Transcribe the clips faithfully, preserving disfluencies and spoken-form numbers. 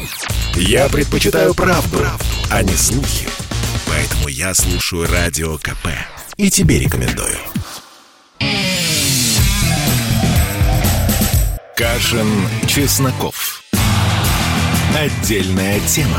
Я предпочитаю правду, правду, а не слухи. Поэтому я слушаю Радио КП. И тебе рекомендую. Кашин, Чесноков. Отдельная тема.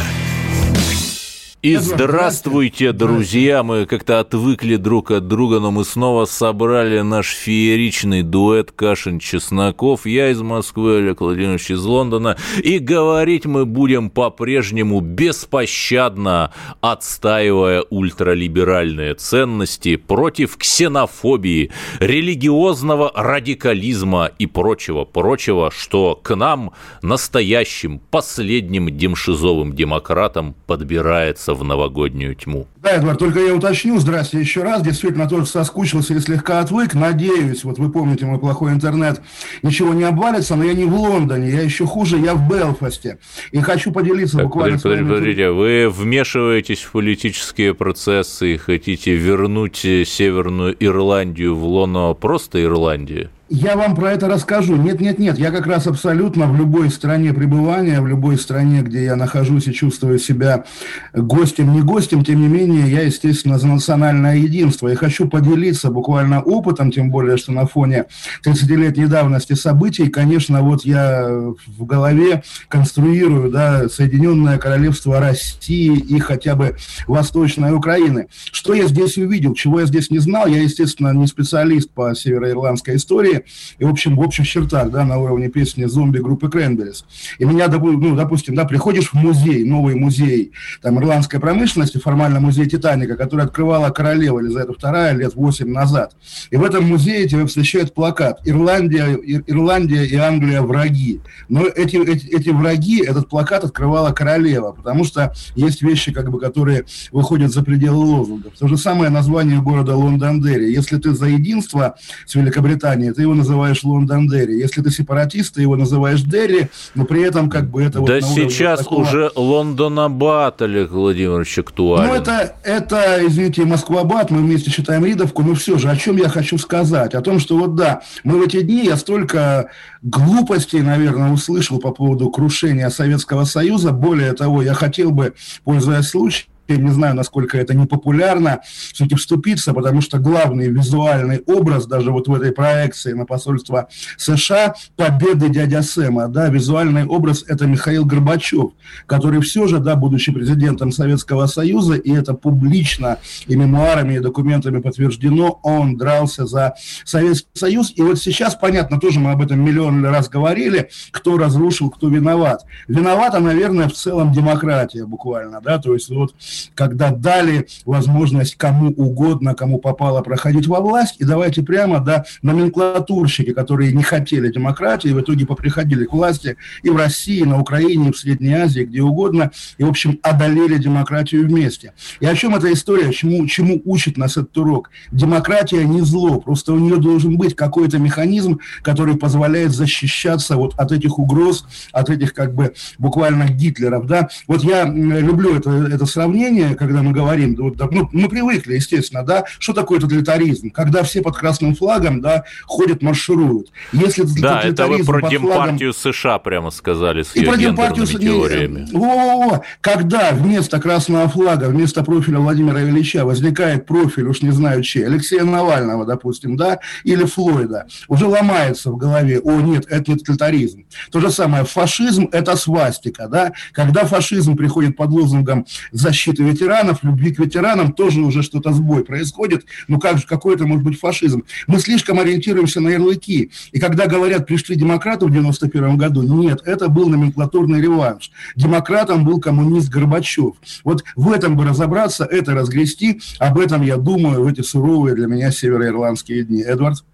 И здравствуйте, друзья! Мы как-то отвыкли друг от друга, но мы снова собрали наш фееричный дуэт Кашин-Чесноков. Я из Москвы, Олег Владимирович из Лондона. И говорить мы будем по-прежнему беспощадно, отстаивая ультралиберальные ценности против ксенофобии, религиозного радикализма и прочего-прочего, что к нам, настоящим, последним демшизовым демократам, подбирается в новогоднюю тьму. Да, Эдвард, только я уточню, здрасте еще раз, действительно тоже соскучился и слегка отвык, надеюсь, вот вы помните мой плохой интернет, ничего не обвалится, но я не в Лондоне, я еще хуже, я в Белфасте, и хочу поделиться так, буквально... Подождите, подождите, вы вмешиваетесь в политические процессы и хотите вернуть Северную Ирландию в лоно просто Ирландии? Я вам про это расскажу. Нет, нет, нет. Я как раз абсолютно в любой стране пребывания, в любой стране, где я нахожусь и чувствую себя гостем, не гостем, тем не менее, я, естественно, за национальное единство. И хочу поделиться буквально опытом, тем более, что на фоне тридцатилетней давности событий, конечно, вот я в голове конструирую, да, Соединенное Королевство России и хотя бы Восточной Украины. Что я здесь увидел, чего я здесь не знал? Я, естественно, не специалист по североирландской истории, и, в общем, в общих чертах, да, на уровне песни «Зомби» группы Кренберис. И меня, ну, допустим, да, приходишь в музей, новый музей, там, ирландской промышленности, формально музей «Титаника», который открывала королева Елизавета вторая лет восемь назад. И в этом музее тебе встречает плакат «Ирландия, Ирландия и Англия враги». Но эти, эти, эти враги, этот плакат открывала королева, потому что есть вещи, как бы, которые выходят за пределы лозунгов. То же самое название города Лондондерри. Если ты за единство с Великобританией, ты его называешь Лондондерри. Если ты сепаратист, ты его называешь Дерри, но при этом как бы это... Да вот сейчас такого... уже Лондонабад, Олег Владимирович, актуален. Ну, это, это, извините, Москвабад, мы вместе считаем Ридовку, но все же, о чем я хочу сказать? О том, что вот да, мы в эти дни, я столько глупостей, наверное, услышал по поводу крушения Советского Союза. Более того, я хотел бы, пользуясь случаем, я не знаю, насколько это непопулярно, все-таки вступиться, потому что главный визуальный образ даже вот в этой проекции на посольство США победы дядя Сэма, да, визуальный образ – это Михаил Горбачев, который все же, да, будучи президентом Советского Союза, и это публично и мемуарами, и документами подтверждено, он дрался за Советский Союз. И вот сейчас, понятно, тоже мы об этом миллион раз говорили, кто разрушил, кто виноват. Виновата, наверное, в целом демократия буквально, да, то есть вот когда дали возможность кому угодно, кому попало, проходить во власть, и давайте прямо, да, номенклатурщики, которые не хотели демократии, в итоге поприходили к власти и в России, и на Украине, и в Средней Азии, где угодно, и, в общем, одолели демократию вместе. И о чем эта история, чему, чему учит нас этот урок? Демократия не зло, просто у нее должен быть какой-то механизм, который позволяет защищаться вот от этих угроз, от этих, как бы, буквально Гитлеров, да. Вот я люблю это, это сравнение, когда мы говорим, вот, ну, мы привыкли, естественно, да, что такое тоталитаризм, когда все под красным флагом, да, ходят, маршируют. Если да, это вы про Демпартию флагом... США прямо сказали с ее гендерными теориями. Во-во-во. Когда вместо красного флага, вместо профиля Владимира Ильича возникает профиль, уж не знаю чей, Алексея Навального, допустим, да, или Флойда, уже ломается в голове, о, нет, это не тоталитаризм. То же самое, фашизм – это свастика, да, когда фашизм приходит под лозунгом защиты ветеранов, любви к ветеранам, тоже уже что-то сбой происходит. Ну как же, какой это может быть фашизм? Мы слишком ориентируемся на ярлыки. И когда говорят, пришли демократы в девяносто первом году, нет, это был номенклатурный реванш. Демократом был коммунист Горбачев. Вот в этом бы разобраться, это разгрести. Об этом я думаю в эти суровые для меня североирландские дни. Эдвард?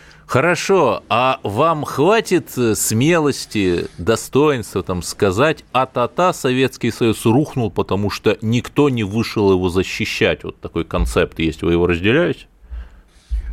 Хорошо, а вам хватит смелости, достоинства там сказать, а-та-та, Советский Союз рухнул, потому что никто не вышел его защищать? Вот такой концепт есть, вы его разделяете?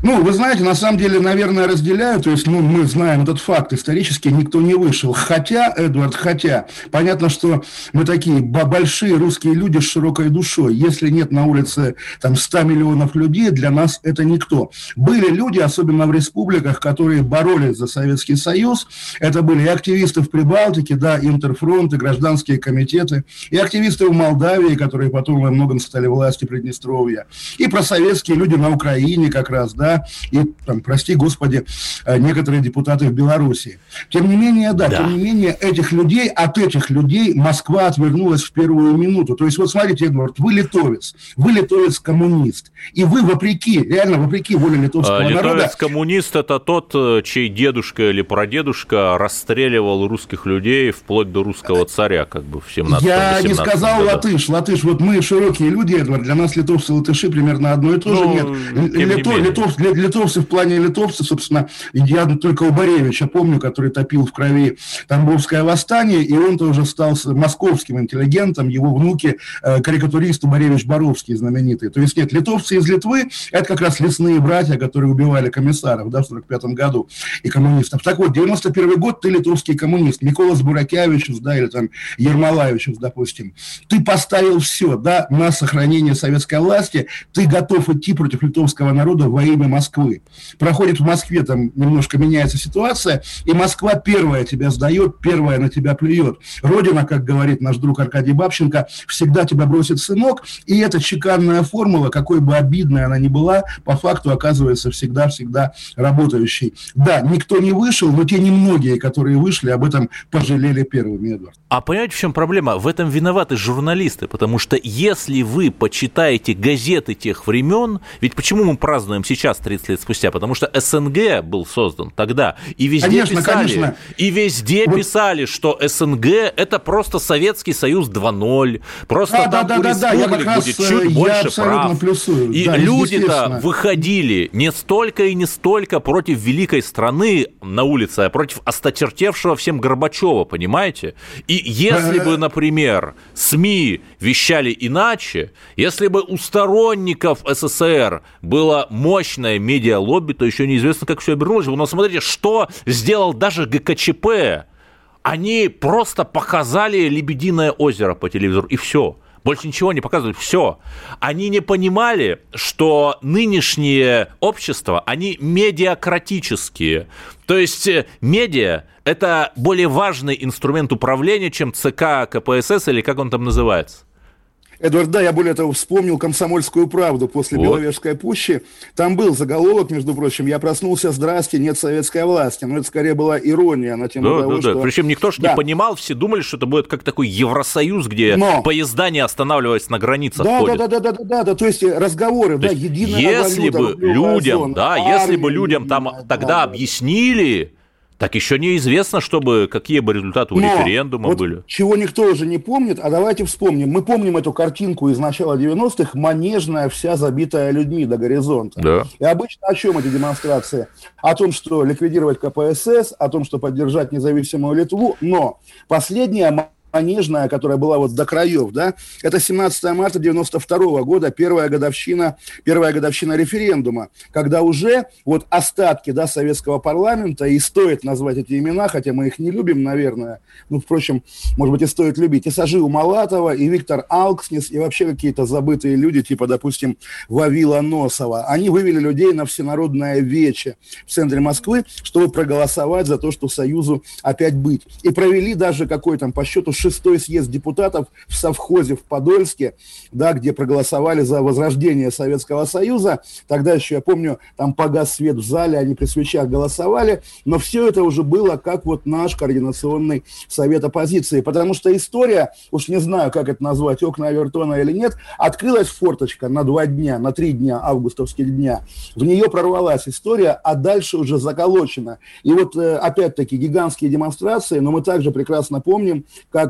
Ну, вы знаете, на самом деле, наверное, разделяю, то есть, ну, мы знаем этот факт, исторически никто не вышел. Хотя, Эдвард, хотя, понятно, что мы такие большие русские люди с широкой душой. Если нет на улице там ста миллионов людей, для нас это никто. Были люди, особенно в республиках, которые боролись за Советский Союз. Это были и активисты в Прибалтике, да, Интерфронт, и гражданские комитеты, и активисты в Молдавии, которые потом во многом стали властью Приднестровья, и просоветские люди на Украине как раз, да, и, там, прости господи, некоторые депутаты в Беларуси. Тем не менее, да, да, тем не менее, этих людей, от этих людей Москва отвернулась в первую минуту. То есть, вот смотрите, Эдвард, вы литовец, вы литовец-коммунист, и вы вопреки, реально вопреки воле литовского а, народа... Литовец-коммунист – это тот, чей дедушка или прадедушка расстреливал русских людей вплоть до русского царя, как бы в семнадцатом-восемнадцатом. Я не сказал году. латыш, латыш, вот мы широкие люди, Эдвард, для нас литовцы и латыши примерно одно и то же. Ну, нет, Литов, литов, литовцы в плане литовцев, собственно, я только у Боревича помню, который топил в крови Тамбовское восстание, и он тоже стал московским интеллигентом, его внуки э, карикатуристы Боревич-Боровский знаменитый. То есть нет, литовцы из Литвы – это как раз лесные братья, которые убивали комиссаров, да, в сорок пятом году, и коммунистов. Так вот, девяносто первый год, ты литовский коммунист, Миколас Буракевичус, да, или там Ермолаевичус, допустим. Ты поставил все, да, на сохранение советской власти, ты готов идти против литовского народа во имя Москвы. Проходит в Москве, там немножко меняется ситуация, и Москва первая тебя сдает, первая на тебя плюет. Родина, как говорит наш друг Аркадий Бабченко, всегда тебя бросит, сынок, и эта чеканная формула, какой бы обидной она ни была, по факту оказывается всегда-всегда работающей. Да, никто не вышел, но те немногие, которые вышли, об этом пожалели первыми, Эдвард. А понимаете, в чем проблема? В этом виноваты журналисты, потому что если вы почитаете газеты тех времен, ведь почему мы празднуем сейчас, тридцать лет спустя? Потому что СНГ был создан тогда, и везде конечно, писали, конечно. и везде вот. писали, что СНГ – это просто Советский Союз два ноль, просто да, там да, у да, республик да, будет чуть больше прав. Плюсую. И да, люди-то выходили не столько и не столько против великой страны на улице, а против осточертевшего всем Горбачева, понимаете? И если бы, например, СМИ вещали иначе, если бы у сторонников СССР было мощное медиалобби, то еще неизвестно, как все обернулось. Но смотрите, что сделал даже ГКЧП. Они просто показали «Лебединое озеро» по телевизору, и все. Больше ничего не показывают, все. Они не понимали, что нынешнее общество, они медиакратические. То есть медиа – это более важный инструмент управления, чем ЦК КПСС или как он там называется. Эдвард, да, я более того вспомнил «Комсомольскую правду» после вот. Беловежской пущи. Там был заголовок, между прочим, «Я проснулся, здрасте, нет советской власти». Но это скорее была ирония на тему да, того, да, что... Да. Причем никто же да. не понимал, все думали, что это будет как такой Евросоюз, где Но... поезда не останавливаясь на границах да, ходят. Да, да, да, да, да, да, то есть разговоры, то да, есть, единая если валюта, бы людям, зона, да, армия, если бы людям там да, тогда да, объяснили... Так еще неизвестно, чтобы, какие бы результаты у Но референдума вот были. Чего никто уже не помнит, а давайте вспомним. Мы помним эту картинку из начала девяностых, манежная, вся забитая людьми до горизонта. Да. И обычно о чем эти демонстрации? О том, что ликвидировать КПСС, о том, что поддержать независимую Литву. Но последняя манежная, которая была вот до краев, да, это семнадцатого марта девяносто второго года, первая годовщина, первая годовщина референдума, когда уже вот остатки, да, советского парламента, и стоит назвать эти имена, хотя мы их не любим, наверное, ну, впрочем, может быть, и стоит любить, и Сажи Умалатова, и Виктор Алкснис, и вообще какие-то забытые люди, типа, допустим, Вавила Носова, они вывели людей на всенародное вече в центре Москвы, чтобы проголосовать за то, что Союзу опять быть. И провели даже какой там по счету шестой съезд депутатов в совхозе в Подольске, да, где проголосовали за возрождение Советского Союза. Тогда еще, я помню, там погас свет в зале, они при свечах голосовали, но все это уже было как вот наш координационный совет оппозиции, потому что история, уж не знаю, как это назвать, окна Авертона или нет, открылась форточка на два дня, на три дня, августовских дня. В нее прорвалась история, а дальше уже заколочена. И вот, опять-таки, гигантские демонстрации, но мы также прекрасно помним, как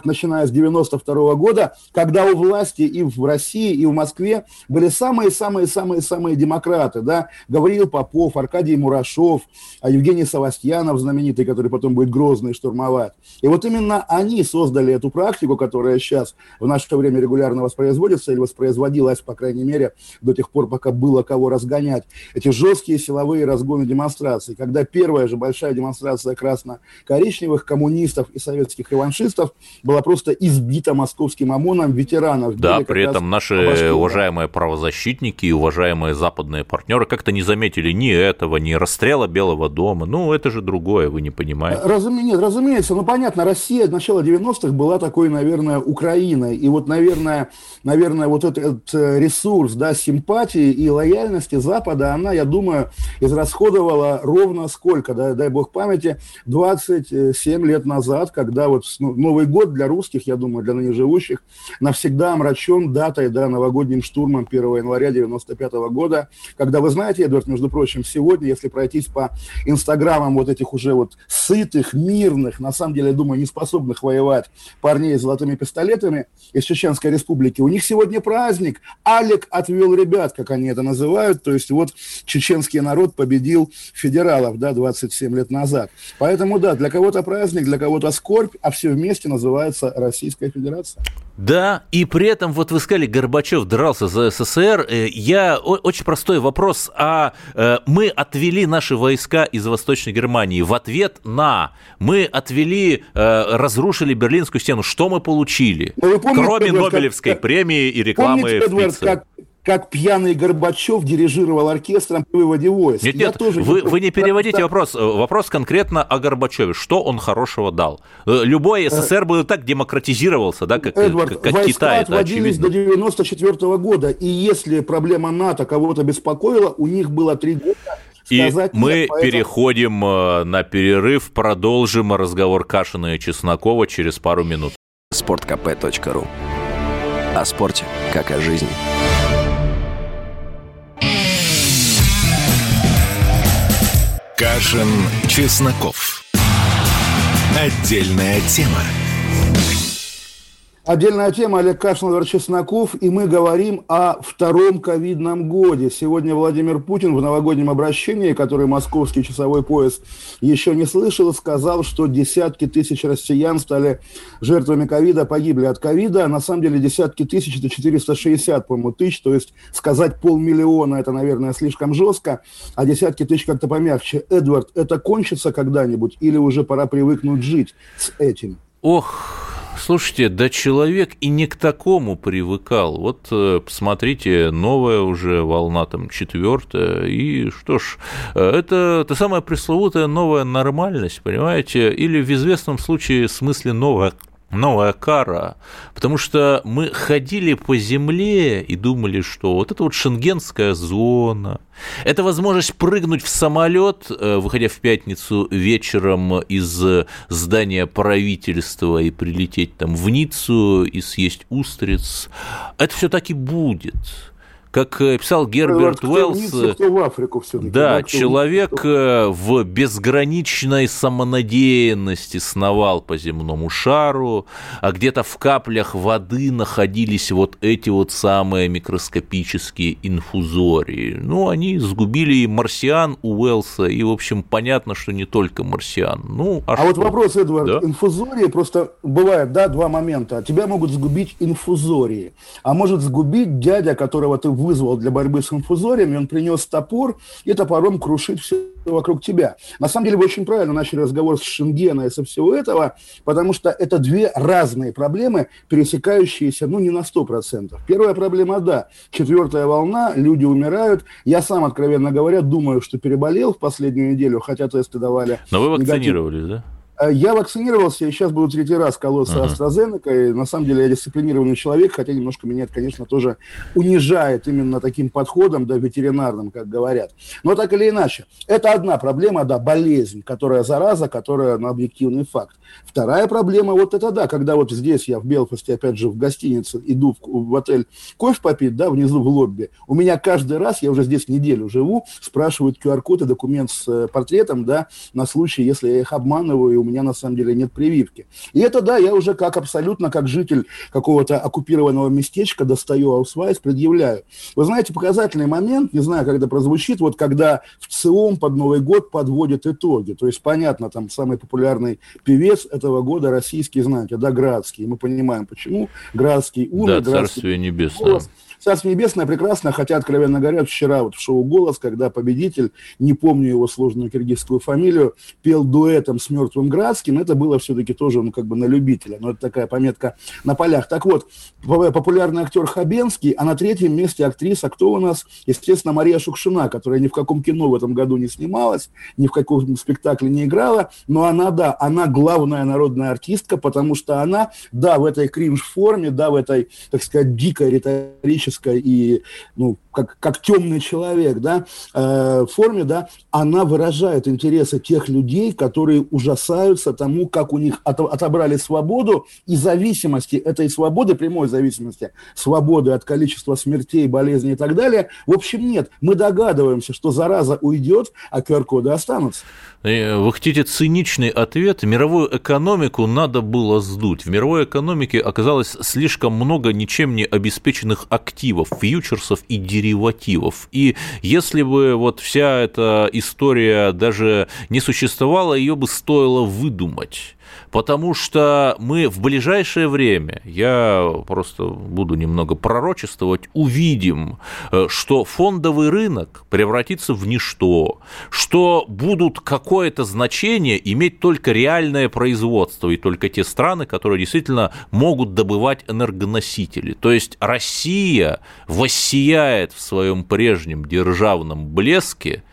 вот начиная с девяносто второго года, когда у власти и в России, и в Москве были самые-самые-самые-самые демократы, да, Гавриил Попов, Аркадий Мурашов, Евгений Савастьянов знаменитый, который потом будет Грозный штурмовать. И вот именно они создали эту практику, которая сейчас в наше время регулярно воспроизводится, или воспроизводилась, по крайней мере, до тех пор, пока было кого разгонять. Эти жесткие силовые разгоны демонстраций, когда первая же большая демонстрация красно-коричневых коммунистов и советских реваншистов была просто избита московским ОМОНом ветеранов. Да, при этом наши обошли, уважаемые правозащитники и уважаемые западные партнеры как-то не заметили ни этого, ни расстрела Белого дома. Ну, это же другое, вы не понимаете. Разуме... Нет, разумеется, ну, понятно, Россия начала девяностых была такой, наверное, Украиной. И вот, наверное, наверное вот этот ресурс, да, симпатии и лояльности Запада, она, я думаю, израсходовала ровно сколько, да, дай бог памяти, двадцать семь лет назад, когда вот ну, Новый год для русских, я думаю, для ныне живущих, навсегда омрачен датой, да, новогодним штурмом первого января девяносто пятого года, когда, вы знаете, Эдвард, между прочим, сегодня, если пройтись по инстаграмам вот этих уже вот сытых, мирных, на самом деле, я думаю, не способных воевать парней с золотыми пистолетами из Чеченской Республики, у них сегодня праздник. Алик отвел ребят, как они это называют, то есть вот чеченский народ победил федералов, да, двадцать семь лет назад. Поэтому, да, для кого-то праздник, для кого-то скорбь, а все вместе называется Российская Федерация. Да, и при этом, вот вы сказали, Горбачев дрался за СССР. Я очень простой вопрос. А мы отвели наши войска из Восточной Германии в ответ на... Мы отвели, разрушили Берлинскую стену. Что мы получили? Ну, помните, кроме Эдвард, Нобелевской как, премии и рекламы помните, в Эдвард, как, как пьяный Горбачев дирижировал оркестром при выводе войск. Нет, нет, тоже вы, вы не переводите да. вопрос. Вопрос конкретно о Горбачеве. Что он хорошего дал? Любой СССР бы так демократизировался, да, как, Эдвард, как, как Китай. Войска отводились до девяносто четвёртого года, и если проблема НАТО кого-то беспокоила, у них было три года. И мы нет, поэтому... переходим на перерыв, продолжим разговор Кашина и Чеснокова через пару минут. спорт кэ пэ точка ру. О спорте, как о жизни. Кашин, Чесноков. Отдельная тема. Отдельная тема. Олег Кашин, Эдвард Чесноков, и мы говорим о втором ковидном годе. Сегодня Владимир Путин в новогоднем обращении, который московский часовой пояс еще не слышал, сказал, что десятки тысяч россиян стали жертвами ковида, погибли от ковида. На самом деле десятки тысяч – это четыреста шестьдесят, по-моему, тысяч, то есть сказать полмиллиона – это, наверное, слишком жестко, а десятки тысяч как-то помягче. Эдвард, это кончится когда-нибудь или уже пора привыкнуть жить с этим? Ох... Слушайте, да человек и не к такому привыкал. Вот посмотрите, новая уже волна, там, четвертая, и что ж, это, это самая пресловутая новая нормальность, понимаете, или в известном случае в смысле новая новая кара, потому что мы ходили по земле и думали, что вот это вот шенгенская зона, это возможность прыгнуть в самолет, выходя в пятницу вечером из здания правительства и прилететь там в Ниццу и съесть устриц, это все так и будет. Как писал Герберт кто Уэллс, Ниццу, кто в Африку все-таки, да, да, человек кто... в безграничной самонадеянности сновал по земному шару, а где-то в каплях воды находились вот эти вот самые микроскопические инфузории. Ну, они сгубили и марсиан у Уэллса, и, в общем, понятно, что не только марсиан. Ну, а а что? вот вопрос, Эдвард, да? Инфузории просто бывает, да, два момента. Тебя могут сгубить инфузории, а может сгубить дядя, которого ты вызвал для борьбы с инфузориями, он принес топор и топором крушит все вокруг тебя. На самом деле вы очень правильно начали разговор с Шенгена и со всего этого, потому что это две разные проблемы, пересекающиеся, ну, не на сто процентов. Первая проблема, да, четвертая волна, люди умирают. Я сам, откровенно говоря, думаю, что переболел в последнюю неделю, хотя тесты давали. Но вы вакцинировались, да? Я вакцинировался, и сейчас буду третий раз колоться uh-huh. AstraZeneca, и на самом деле я дисциплинированный человек, хотя немножко меня это, конечно, тоже унижает именно таким подходом, да, ветеринарным, как говорят. Но так или иначе, это одна проблема, да, болезнь, которая зараза, которая, ну, объективный факт. Вторая проблема, вот это да, когда вот здесь я в Белфасте, опять же, в гостинице иду в, в отель кофе попить, да, внизу в лобби, у меня каждый раз, я уже здесь неделю живу, спрашивают ку ар код и документ с портретом, да, на случай, если я их обманываю, и у меня меня на самом деле нет прививки. И это, да, я уже как абсолютно, как житель какого-то оккупированного местечка достаю аусвайс, предъявляю. Вы знаете, показательный момент, не знаю, когда прозвучит, вот когда в ЦИОМ под Новый год подводят итоги. То есть, понятно, там самый популярный певец этого года российский, знаете, да, Градский. Мы понимаем, почему. Градский умер. Да, Градский царствие небесное. Царство небесное прекрасно, хотя, откровенно говоря, вчера вот в шоу «Голос», когда победитель, не помню его сложную киргизскую фамилию, пел дуэтом с мертвым Градским, это было все-таки тоже, ну, как бы на любителя, но это такая пометка на полях. Так вот, популярный актер Хабенский, а на третьем месте актриса, кто у нас? Естественно, Мария Шукшина, которая ни в каком кино в этом году не снималась, ни в каком спектакле не играла, но она, да, она главная народная артистка, потому что она, да, в этой кринж-форме, да, в этой, так сказать, дикой риторической и, ну, как, как темный человек, да, э, форме, да, она выражает интересы тех людей, которые ужасаются тому, как у них от, отобрали свободу, и зависимости этой свободы, прямой зависимости свободы от количества смертей, болезней и так далее, в общем, нет. Мы догадываемся, что зараза уйдет, а ку ар коды останутся. Вы хотите циничный ответ? Мировую экономику надо было сдуть. В мировой экономике оказалось слишком много ничем не обеспеченных активов, фьючерсов и деривативов. И если бы вот вся эта история даже не существовала, ее бы стоило выдумать. Потому что мы в ближайшее время, я просто буду немного пророчествовать, увидим, что фондовый рынок превратится в ничто, что будут какое-то значение иметь только реальное производство и только те страны, которые действительно могут добывать энергоносители. То есть Россия воссияет в своем прежнем державном блеске.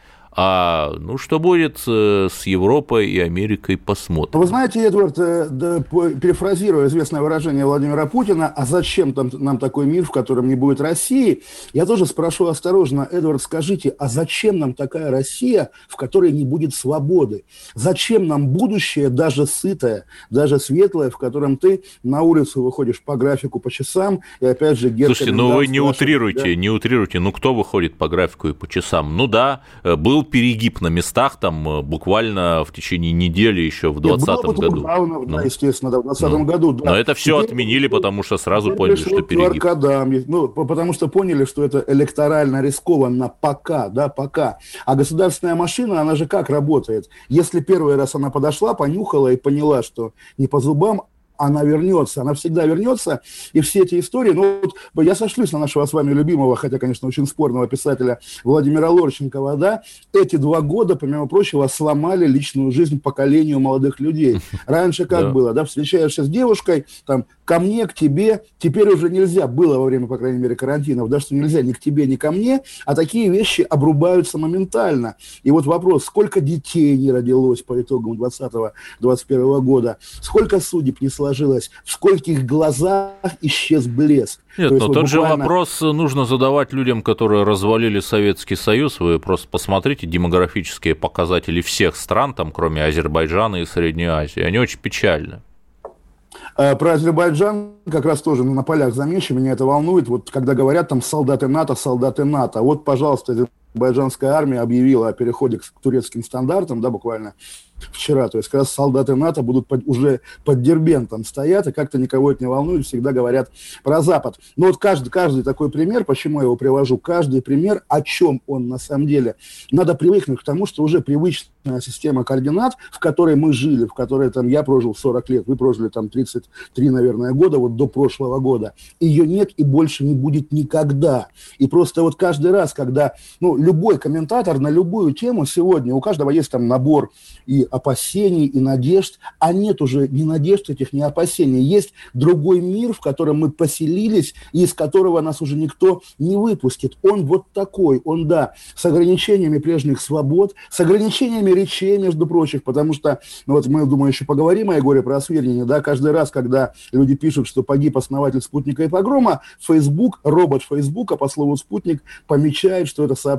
А ну что будет с Европой и Америкой, посмотрим. Вы знаете, Эдвард, да, перефразируя известное выражение Владимира Путина, а зачем там, нам такой мир, в котором не будет России, я тоже спрошу осторожно, Эдвард, скажите, а зачем нам такая Россия, в которой не будет свободы? Зачем нам будущее, даже сытое, даже светлое, в котором ты на улицу выходишь по графику, по часам, и опять же... Слушайте, ну вы не утрируйте, да? не утрируйте, ну кто выходит по графику и по часам? Ну да, был перегиб на местах там буквально в течение недели еще в двадцатом году. Недавно, ну, да, естественно, да, в двадцатом ну, году. Да. Но это все Теперь, отменили, потому что сразу поняли, что перегиб. Да, ну, потому что поняли, что это электорально рискованно пока, да, пока. А государственная машина, она же как работает? Если первый раз она подошла, понюхала и поняла, что не по зубам, она вернется, она всегда вернется, и все эти истории, ну, вот я сошлюсь на нашего с вами любимого, хотя, конечно, очень спорного писателя Владимира Лорченкова, да, эти два года, помимо прочего, сломали личную жизнь поколению молодых людей. Раньше как да. было, да, встречаешься с девушкой, там, ко мне, к тебе, теперь уже нельзя, было во время, по крайней мере, карантинов, да, что нельзя ни к тебе, ни ко мне, а такие вещи обрубаются моментально. И вот вопрос, сколько детей не родилось по итогам двадцатого двадцать первого года, сколько судеб не сложилось, в скольких глазах исчез блеск. Нет, То но вот тот буквально... же вопрос нужно задавать людям, которые развалили Советский Союз. Вы просто посмотрите демографические показатели всех стран, там, кроме Азербайджана и Средней Азии. Они очень печальны. Про Азербайджан как раз тоже на полях замечу, меня это волнует. Вот когда говорят там солдаты НАТО, солдаты НАТО. Вот, пожалуйста, азербайджанская армия объявила о переходе к турецким стандартам, да, буквально вчера. То есть как раз солдаты НАТО будут под, уже под Дербентом стоят, и как-то никого это не волнует, всегда говорят про Запад. Но вот каждый, каждый такой пример, почему я его привожу, каждый пример, о чем он на самом деле. Надо привыкнуть к тому, что уже привычная система координат, в которой мы жили, в которой там я прожил сорок лет, вы прожили там тридцать три, наверное, года, вот до прошлого года. Ее нет и больше не будет никогда. И просто вот каждый раз, когда, ну, любой комментатор на любую тему сегодня, у каждого есть там набор и опасений, и надежд, а нет уже ни надежд этих, ни опасений. Есть другой мир, в котором мы поселились, и из которого нас уже никто не выпустит. Он вот такой, он, да, с ограничениями прежних свобод, с ограничениями речей, между прочим, потому что, ну вот мы, думаю, еще поговорим о Егоре Просвирнине, да, каждый раз, когда люди пишут, что погиб основатель «Спутника» и «Погрома», Facebook, робот Фейсбука, по слову «Спутник», помечает, что это сообщение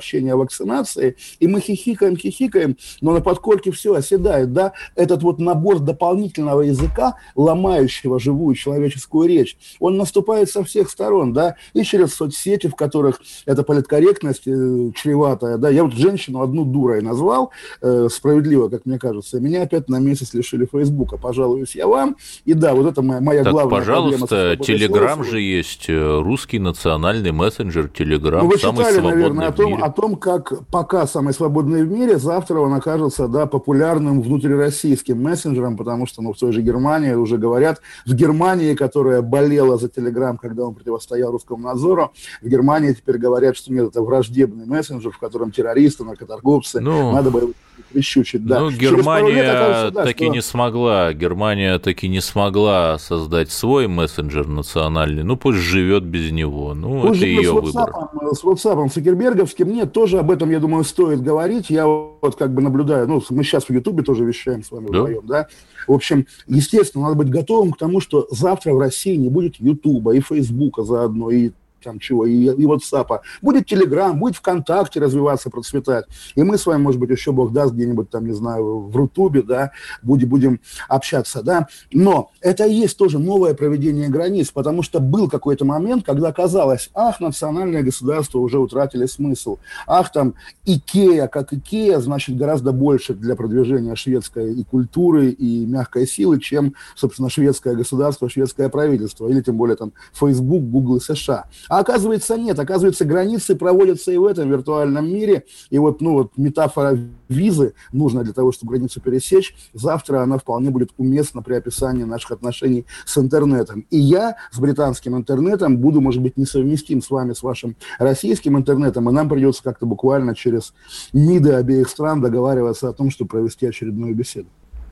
сообщения о вакцинации, и мы хихикаем, хихикаем, но на подкорке все оседает, да, этот вот набор дополнительного языка, ломающего живую человеческую речь, он наступает со всех сторон, да, и через соцсети, в которых эта политкорректность э, чреватая, да, я вот женщину одну дурой назвал, э, справедливо, как мне кажется, меня опять на месяц лишили Фейсбука, пожалуюсь я вам, и да, вот это моя, моя так, главная пожалуйста, проблема. Пожалуйста, Телеграм же есть, русский национальный мессенджер Телеграм, ну, вы самый читали, свободный наверное, о том, в мире. о том, как пока самый свободный в мире, завтра он окажется, да, популярным внутрироссийским мессенджером, потому что, ну, в той же Германии уже говорят, в Германии, которая болела за Телеграм, когда он противостоял русскому надзору, в Германии теперь говорят, что нет, это враждебный мессенджер, в котором террористы, наркоторговцы, ну, надо бы прищучить, да. Ну, Германия окажется, да, так что... и не смогла, Германия так и не смогла создать свой мессенджер национальный, ну, пусть живет без него, ну, пусть это ее выбор. С WhatsApp, с Цукерберговским, нет, тоже об этом, я думаю, стоит говорить, я вот как бы наблюдаю, ну, мы сейчас в Ютубе тоже вещаем с вами да? вдвоем, да, в общем, естественно, надо быть готовым к тому, что завтра в России не будет Ютуба и Фейсбука заодно, и там чего, и, и WhatsApp, будет Telegram, будет ВКонтакте развиваться, процветать, и мы с вами, может быть, еще Бог даст где-нибудь там, не знаю, в Рутубе, да, будем, будем общаться, да, но это и есть тоже новое проведение границ, потому что был какой-то момент, когда казалось, ах, национальные государства уже утратили смысл, ах, там, Икея, как Икея, значит, гораздо больше для продвижения шведской и культуры, и мягкой силы, чем, собственно, шведское государство, шведское правительство, или тем более там Facebook, Google и США. А оказывается, нет. Оказывается, границы проводятся и в этом виртуальном мире. И вот, ну, вот метафора визы нужна для того, чтобы границу пересечь. Завтра она вполне будет уместна при описании наших отношений с интернетом. И я с британским интернетом буду, может быть, несовместим с вами, с вашим российским интернетом, и нам придется как-то буквально через МИДы обеих стран договариваться о том, чтобы провести очередную беседу.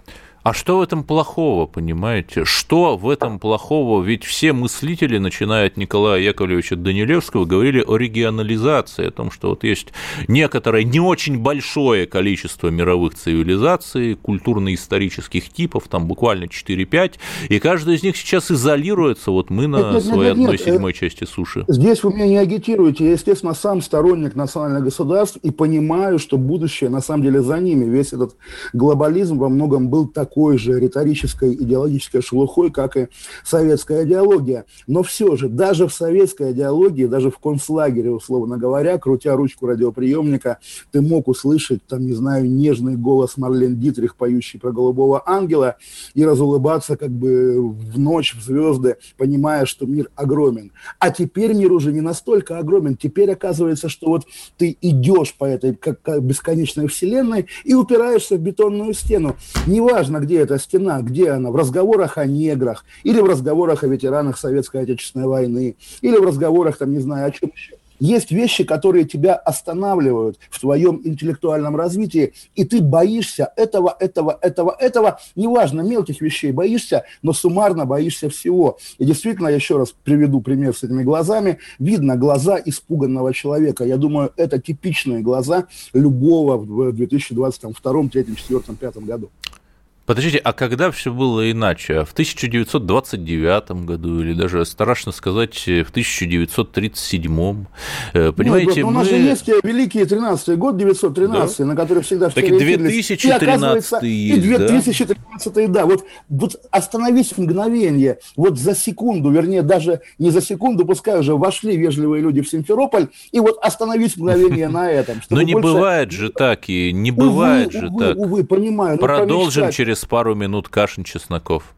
А что в этом плохого, понимаете? Что в этом плохого? Ведь все мыслители, начиная от Николая Яковлевича Данилевского, говорили о регионализации, о том, что вот есть некоторое не очень большое количество мировых цивилизаций, культурно-исторических типов, там буквально четыре-пять, и каждый из них сейчас изолируется, вот мы на нет, своей одной седьмой части суши. Здесь вы меня не агитируете, я, естественно, сам сторонник национальных государств и понимаю, что будущее на самом деле за ними. Весь этот глобализм во многом был такой такой же риторической идеологической шелухой, как и советская идеология. Но все же, даже в советской идеологии, даже в концлагере, условно говоря, крутя ручку радиоприемника, ты мог услышать, там, не знаю, нежный голос Марлен Дитрих, поющий про голубого ангела, и разулыбаться как бы в ночь, в звезды, понимая, что мир огромен. А теперь мир уже не настолько огромен. Теперь оказывается, что вот ты идешь по этой как, как бесконечной вселенной и упираешься в бетонную стену. Неважно, где эта стена, где она, в разговорах о неграх, или в разговорах о ветеранах Советской Отечественной войны, или в разговорах, там, не знаю, о чем еще. Есть вещи, которые тебя останавливают в твоем интеллектуальном развитии, и ты боишься этого, этого, этого, этого, неважно, мелких вещей боишься, но суммарно боишься всего. И действительно, я еще раз приведу пример с этими глазами. Видно глаза испуганного человека. Я думаю, это типичные глаза любого в две тысячи двадцать втором, две тысячи третьем, две тысячи четвёртом, две тысячи пятом году. Подождите, а когда все было иначе? В тысяча девятьсот двадцать девятом году или даже, страшно сказать, в тысяча девятьсот тридцать седьмом? Понимаете, Нет, мы... У нас же есть великий тринадцатый год, девятьсот тринадцатый, да? На который всегда все так и две тысячи тринадцатый и, есть, и две тысячи тринадцатый, да? да. Вот, вот остановись в мгновение, вот за секунду, вернее, даже не за секунду, пускай уже вошли вежливые люди в Симферополь, и вот остановись в мгновение на этом. Но не бывает же так, и не бывает же так. Увы, понимаю. Продолжим через пару минут. Кашин, Чесноков.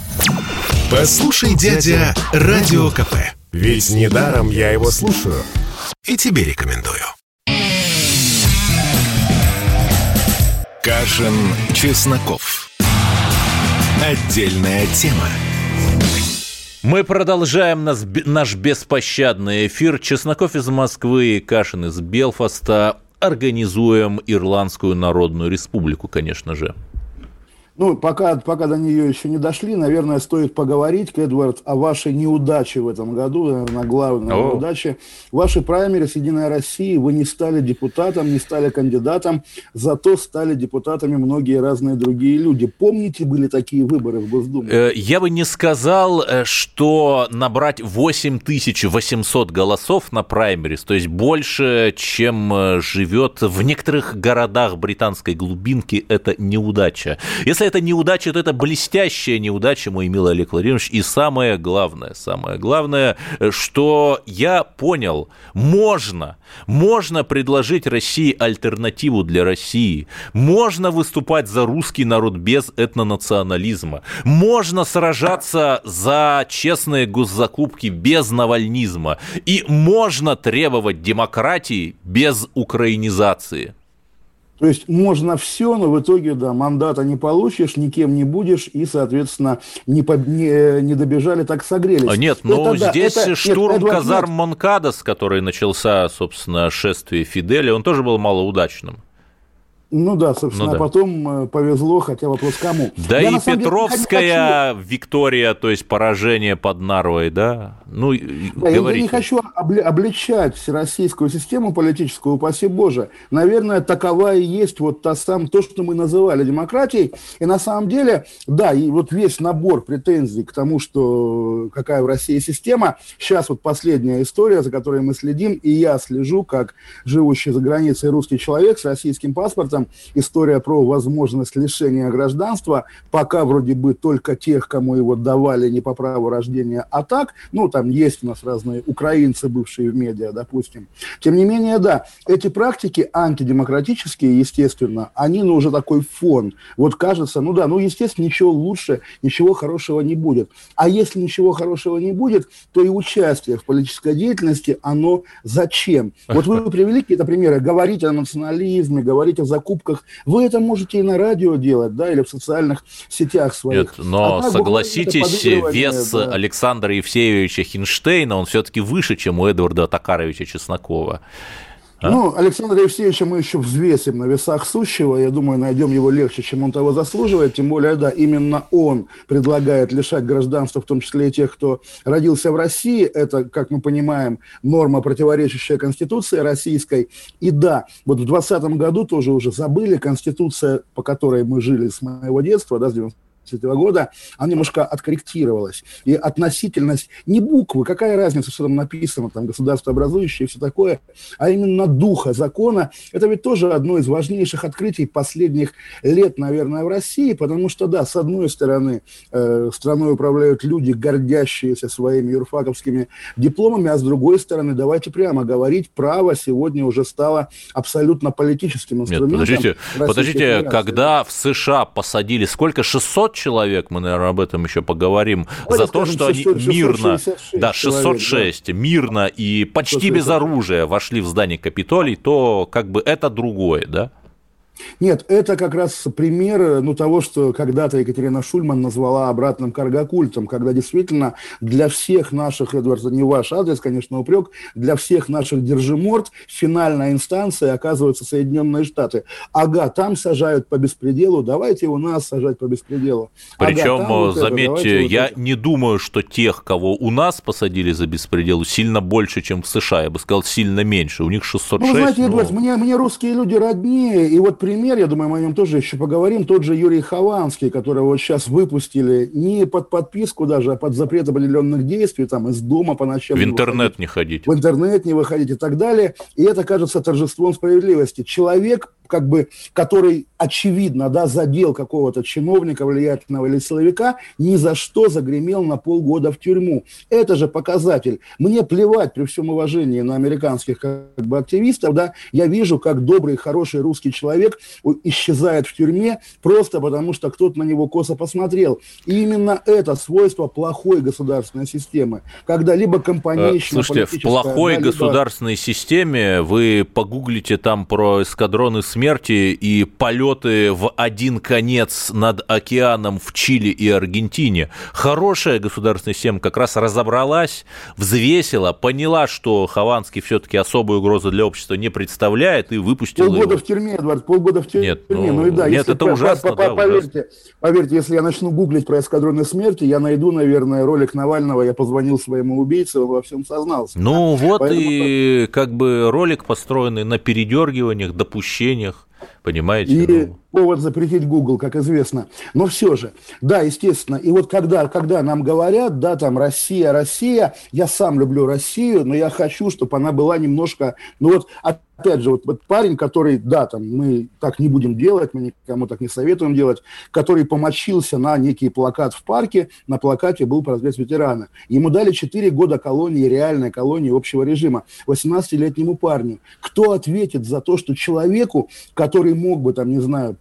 Послушай, дядя, Радио КП. Ведь недаром я его слушаю. И тебе рекомендую. Кашин, Чесноков. Отдельная тема. Мы продолжаем наш, наш беспощадный эфир. Чесноков из Москвы, Кашин из Белфаста. Организуем Ирландскую Народную Республику, конечно же. Ну, пока, пока до нее еще не дошли, наверное, стоит поговорить, Эдвард, о вашей неудаче в этом году, наверное, главной О. неудаче. Ваши праймерис «Единая Россия», вы не стали депутатом, не стали кандидатом, зато стали депутатами многие разные другие люди. Помните, были такие выборы в Госдуму? Я бы не сказал, что набрать восемь тысяч восемьсот голосов на праймерис, то есть больше, чем живет в некоторых городах британской глубинки, это неудача. Если это неудача, то это блестящая неудача, мой милый Олег Владимирович. И самое главное, самое главное, что я понял, можно, можно предложить России альтернативу для России, можно выступать за русский народ без этнонационализма, можно сражаться за честные госзакупки без навальнизма, и можно требовать демократии без украинизации. То есть можно все, но в итоге, да, мандата не получишь, никем не будешь, и, соответственно, не, по, не, не добежали, так согрелись. Нет, но это, здесь да, это, штурм нет, казарм Монкадос, который начался, собственно, шествие Фиделя, он тоже был малоудачным. Ну да, собственно, ну, да. а потом повезло, хотя вопрос кому. Да я, и Петровская деле, Виктория, то есть поражение под Нарвой, да? Ну, да, я не хочу обличать всероссийскую систему политическую, упаси Боже. Наверное, такова и есть вот та сам, то, что мы называли демократией. И на самом деле, да, и вот весь набор претензий к тому, что какая в России система. Сейчас вот последняя история, за которой мы следим, и я слежу, как живущий за границей русский человек с российским паспортом. История про возможность лишения гражданства, пока вроде бы только тех, кому его давали не по праву рождения, а так, ну, там есть у нас разные украинцы, бывшие в медиа, допустим. Тем не менее, да, эти практики антидемократические, естественно, они, ну, уже такой фон. Вот кажется, ну да, ну, естественно, ничего лучше, ничего хорошего не будет. А если ничего хорошего не будет, то и участие в политической деятельности, оно зачем? Вот вы привели какие-то примеры, говорить о национализме, говорить о закупках, вы это можете и на радио делать, да, или в социальных сетях своих. Нет, но а так, согласитесь, вес да. Александра Евсеевича Хинштейна, он все-таки выше, чем у Эдварда Токаровича Чеснокова. А? Ну, Александра Евсеевича мы еще взвесим на весах сущего, я думаю, найдем его легче, чем он того заслуживает, тем более, да, именно он предлагает лишать гражданства, в том числе и тех, кто родился в России, это, как мы понимаем, норма, противоречащая Конституции российской, и да, вот в двадцатом году тоже уже забыли, Конституция, по которой мы жили с моего детства, да, с девяностого года, она немножко откорректировалась. И относительность не буквы, какая разница, что там написано, там, государствообразующее и все такое, а именно духа закона, это ведь тоже одно из важнейших открытий последних лет, наверное, в России, потому что, да, с одной стороны, э, страной управляют люди, гордящиеся своими юрфаковскими дипломами, а с другой стороны, давайте прямо говорить, право сегодня уже стало абсолютно политическим инструментом. Нет, подождите, подождите, когда в США посадили сколько, шестьсот человек, мы, наверное, об этом еще поговорим, ну, за то, что они мирно, да, шестьсот шесть, человек, да. мирно и почти шестьсот шестьдесят без оружия вошли в здание Капитолий, то как бы это другое, да? Нет, это как раз пример, ну, того, что когда-то Екатерина Шульман назвала обратным каргокультом, когда действительно для всех наших, Эдвард, не ваш адрес, конечно, упрек, для всех наших держиморд финальная инстанция оказываются Соединенные Штаты. Ага, там сажают по беспределу, давайте у нас сажать по беспределу. Причем, ага, вот заметьте, это, я вот не думаю, что тех, кого у нас посадили за беспределу, сильно больше, чем в США, я бы сказал, сильно меньше. У них шестьсот шесть. Ну, знаете, но... Эдвард, мне, мне русские люди роднее, и вот пример, я думаю, мы о нем тоже еще поговорим, тот же Юрий Хованский, которого вот сейчас выпустили не под подписку даже, а под запрет определенных действий, там, из дома по ночам. В интернет не ходить. В интернет не выходить и так далее. И это кажется торжеством справедливости. Человек, как бы, который, очевидно, да, задел какого-то чиновника, влиятельного или силовика, ни за что загремел на полгода в тюрьму. Это же показатель. Мне плевать, при всем уважении, на американских, как бы, активистов, да, я вижу, как добрый, хороший русский человек исчезает в тюрьме просто потому, что кто-то на него косо посмотрел. И именно это свойство плохой государственной системы, когда либо компанейщина... Слушайте, в плохой да, либо... государственной системе вы погуглите там про эскадроны СМЕ, смерти и полеты в один конец над океаном в Чили и Аргентине. Хорошая государственная система как раз разобралась, взвесила, поняла, что Хованский все-таки особой угрозы для общества не представляет, и выпустила полгода его. в тюрьме, Эдвард, полгода в тюрьме. Нет, ну, ну, ну, и да, нет, это по, ужасно, по, да, поверьте, ужасно. Поверьте, если я начну гуглить про эскадроны смерти, я найду, наверное, ролик Навального «Я позвонил своему убийце, он во всем сознался». Ну да? вот Поэтому... и как бы ролик, построенный на передергиваниях, допущениях, понимаете? И ну... повод запретить Google, как известно. Но все же, да, естественно. И вот когда, когда нам говорят, да, там, Россия, Россия, я сам люблю Россию, но я хочу, чтобы она была немножко, ну вот, опять же, вот, вот парень, который, да, там, мы так не будем делать, мы никому так не советуем делать, который помочился на некий плакат в парке, на плакате был портрет ветерана. Ему дали четыре года колонии, реальной колонии общего режима, восемнадцатилетнему парню. Кто ответит за то, что человеку, который мог бы, там, не знаю,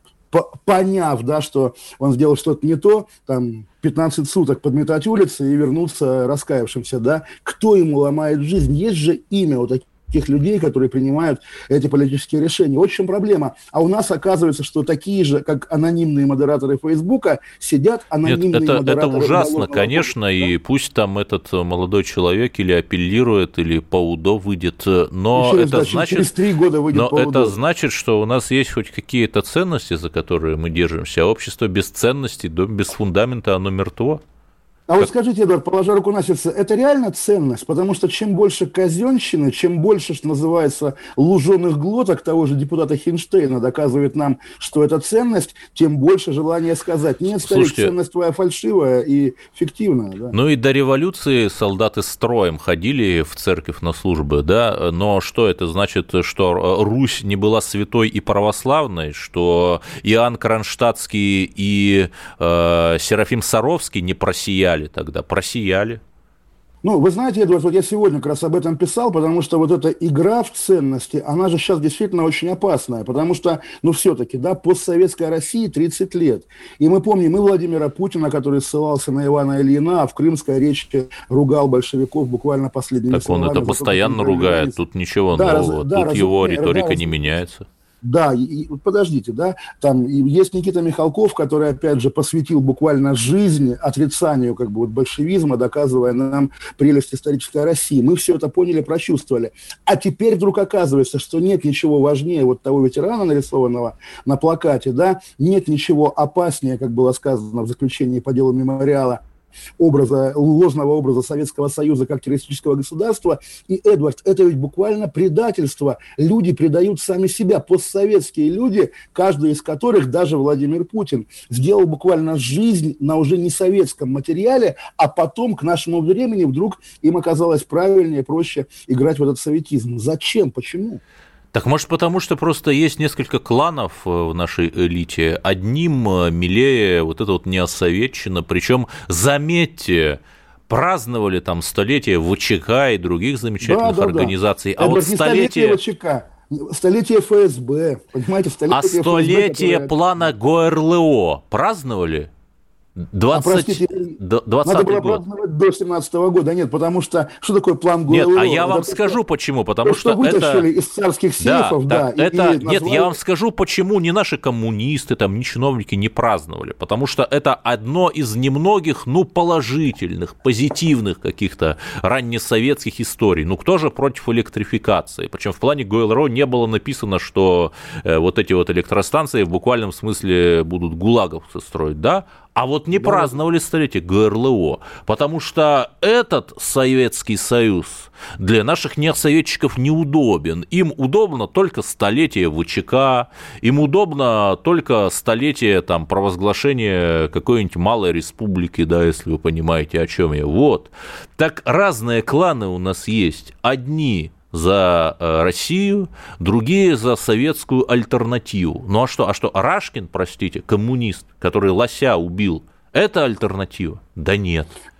поняв, да, что он сделал что-то не то, там, пятнадцать суток подметать улицы и вернуться раскаявшимся, да, кто ему ломает жизнь? Есть же имя вот таких тех людей, которые принимают эти политические решения. Вот в чем проблема. А у нас оказывается, что такие же, как анонимные модераторы Фейсбука, сидят анонимные Нет, это, модераторы... это ужасно, конечно, года, и да? Пусть там этот молодой человек или апеллирует, или по УДО выйдет, но, через, это, да, значит, через три года выйдет но по УДО. Это значит, что у нас есть хоть какие-то ценности, за которые мы держимся, а общество без ценностей, без фундамента, оно мертво. А вот скажите, Эдуард, положа руку на сердце, это реально ценность? Потому что чем больше казенщины, чем больше, что называется, луженых глоток того же депутата Хинштейна доказывает нам, что это ценность, тем больше желания сказать: нет, старик, Слушайте, ценность твоя фальшивая и фиктивная. Да? Ну и до революции солдаты строем ходили в церковь на службы, да, но что это значит, что Русь не была святой и православной, что Иоанн Кронштадтский и э, Серафим Саровский не просияли тогда, просияли. Ну, вы знаете, Эдуард, вот я сегодня как раз об этом писал, потому что вот эта игра в ценности, она же сейчас действительно очень опасная, потому что, ну, все-таки, да, постсоветская Россия тридцать лет. И мы помним и Владимира Путина, который ссылался на Ивана Ильина, а в крымской речи ругал большевиков буквально последними так словами. Так он это постоянно ругает, тут ничего да, нового, раз, да, тут раз, его риторика да, не меняется. Да, и, и, подождите, да, там есть Никита Михалков, который, опять же, посвятил буквально жизнь отрицанию, как бы, вот, большевизма, доказывая нам прелесть исторической России. Мы все это поняли, прочувствовали. А теперь вдруг оказывается, что нет ничего важнее вот того ветерана, нарисованного на плакате, да, нет ничего опаснее, как было сказано в заключении по делу мемориала, образа, ложного образа Советского Союза как террористического государства. И, Эдвард, это ведь буквально предательство. Люди предают сами себя. Постсоветские люди, каждый из которых, даже Владимир Путин, сделал буквально жизнь на уже не советском материале, а потом, к нашему времени, вдруг им оказалось правильнее, проще играть в этот советизм. Зачем? Почему? Так может потому, что просто есть несколько кланов в нашей элите, одним милее вот эта вот неосоветчина, причем, заметьте, праздновали там столетие ВЧК и других замечательных да, да, организаций, да. А это вот столетие... ВЧК. Столетие эф эс бэ, понимаете, столетие А столетие эф эс бэ, которое... плана ГОРЛО праздновали? двадцать, а, простите, надо было год. праздновать до семнадцатого года. Нет, потому что что такое план ГОРЛО? Нет, а я вам это скажу, что, почему. Потому то, что, что это... вытащили из царских сейфов, да. да, да это... и, и Нет, назвали... я вам скажу, почему ни наши коммунисты, там, ни чиновники не праздновали. Потому что это одно из немногих, ну, положительных, позитивных каких-то раннесоветских историй. Ну, кто же против электрификации? Причем в плане ГОРЛО не было написано, что э, вот эти вот электростанции в буквальном смысле будут гулаговцы строить, да? А вот не да. праздновали столетие ГОРЛО, потому что этот Советский Союз для наших неосоветчиков неудобен. Им удобно только столетие ВЧК, им удобно только столетие там, провозглашения какой-нибудь малой республики, да, если вы понимаете, о чем я. Вот. Так разные кланы у нас есть. Одни за Россию, другие за советскую альтернативу. Ну а что? А что? Рашкин, простите, коммунист, который лося убил, это альтернатива? Да нет.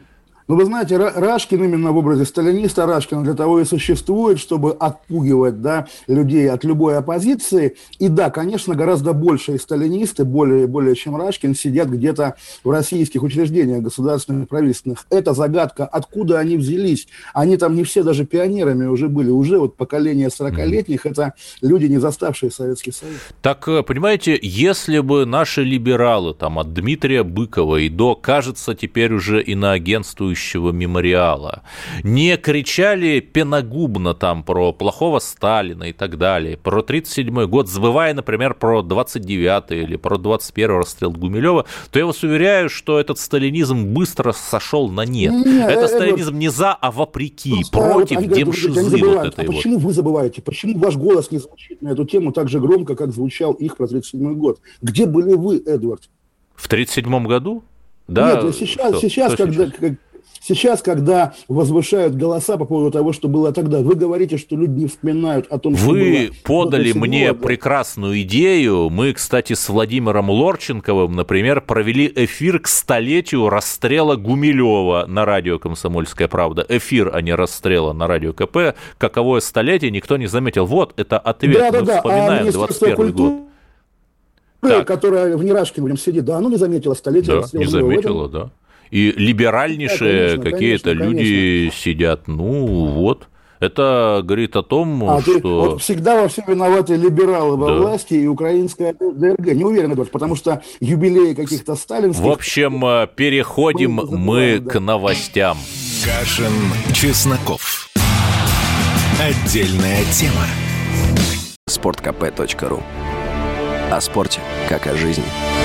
Ну, вы знаете, Рашкин именно в образе сталиниста Рашкина для того и существует, чтобы отпугивать, да, людей от любой оппозиции. И да, конечно, гораздо большие сталинисты, более, более чем Рашкин, сидят где-то в российских учреждениях государственных, правительственных. Это загадка, откуда они взялись. Они там не все даже пионерами уже были. Уже вот поколение сорокалетних – это люди, не заставшие Советский Союз. Так, понимаете, если бы наши либералы там, от Дмитрия Быкова и до, кажется, теперь уже иноагентствующего мемориала, не кричали пеногубно там про плохого Сталина и так далее, про тридцать седьмой год, забывая, например, про двадцать девятый или про двадцать первый расстрел Гумилева, то я вас уверяю, что этот сталинизм быстро сошел на нет. Не, это э, сталинизм э, не за, а вопреки, просто, против вот, демшизы вот этой. А вот. Почему вы забываете? Почему ваш голос не звучит на эту тему так же громко, как звучал их про тридцать седьмой год? Где были вы, Эдвард? В тридцать седьмом году? Да. Нет, сейчас, что? сейчас что когда... Сейчас? Сейчас, когда возвышают голоса по поводу того, что было тогда, вы говорите, что люди не вспоминают о том, что было. Вы подали мне года. прекрасную идею. Мы, кстати, с Владимиром Лорченковым, например, провели эфир к столетию расстрела Гумилева на радио «Комсомольская правда». Эфир, а не расстрела на радио КП. Каковое столетие, никто не заметил. Вот, это ответ. Да, Мы да, вспоминаем а двадцать первый год. Так. Которая в Нерашкине будем сидеть, да, ну не заметила столетие. Да, не заметила, да. И либеральнейшие да, конечно, какие-то конечно, люди конечно. сидят. Ну, вот. Это говорит о том, а, что... Ты, вот всегда во всем виноваты либералы во да. власти и украинская ДРГ. Не уверен, Эдвард, потому что юбилеи каких-то сталинских... В общем, переходим мы, мы да. к новостям. Кашин, Чесноков. Отдельная тема. спорт ка пэ точка ру. О спорте, как о жизни.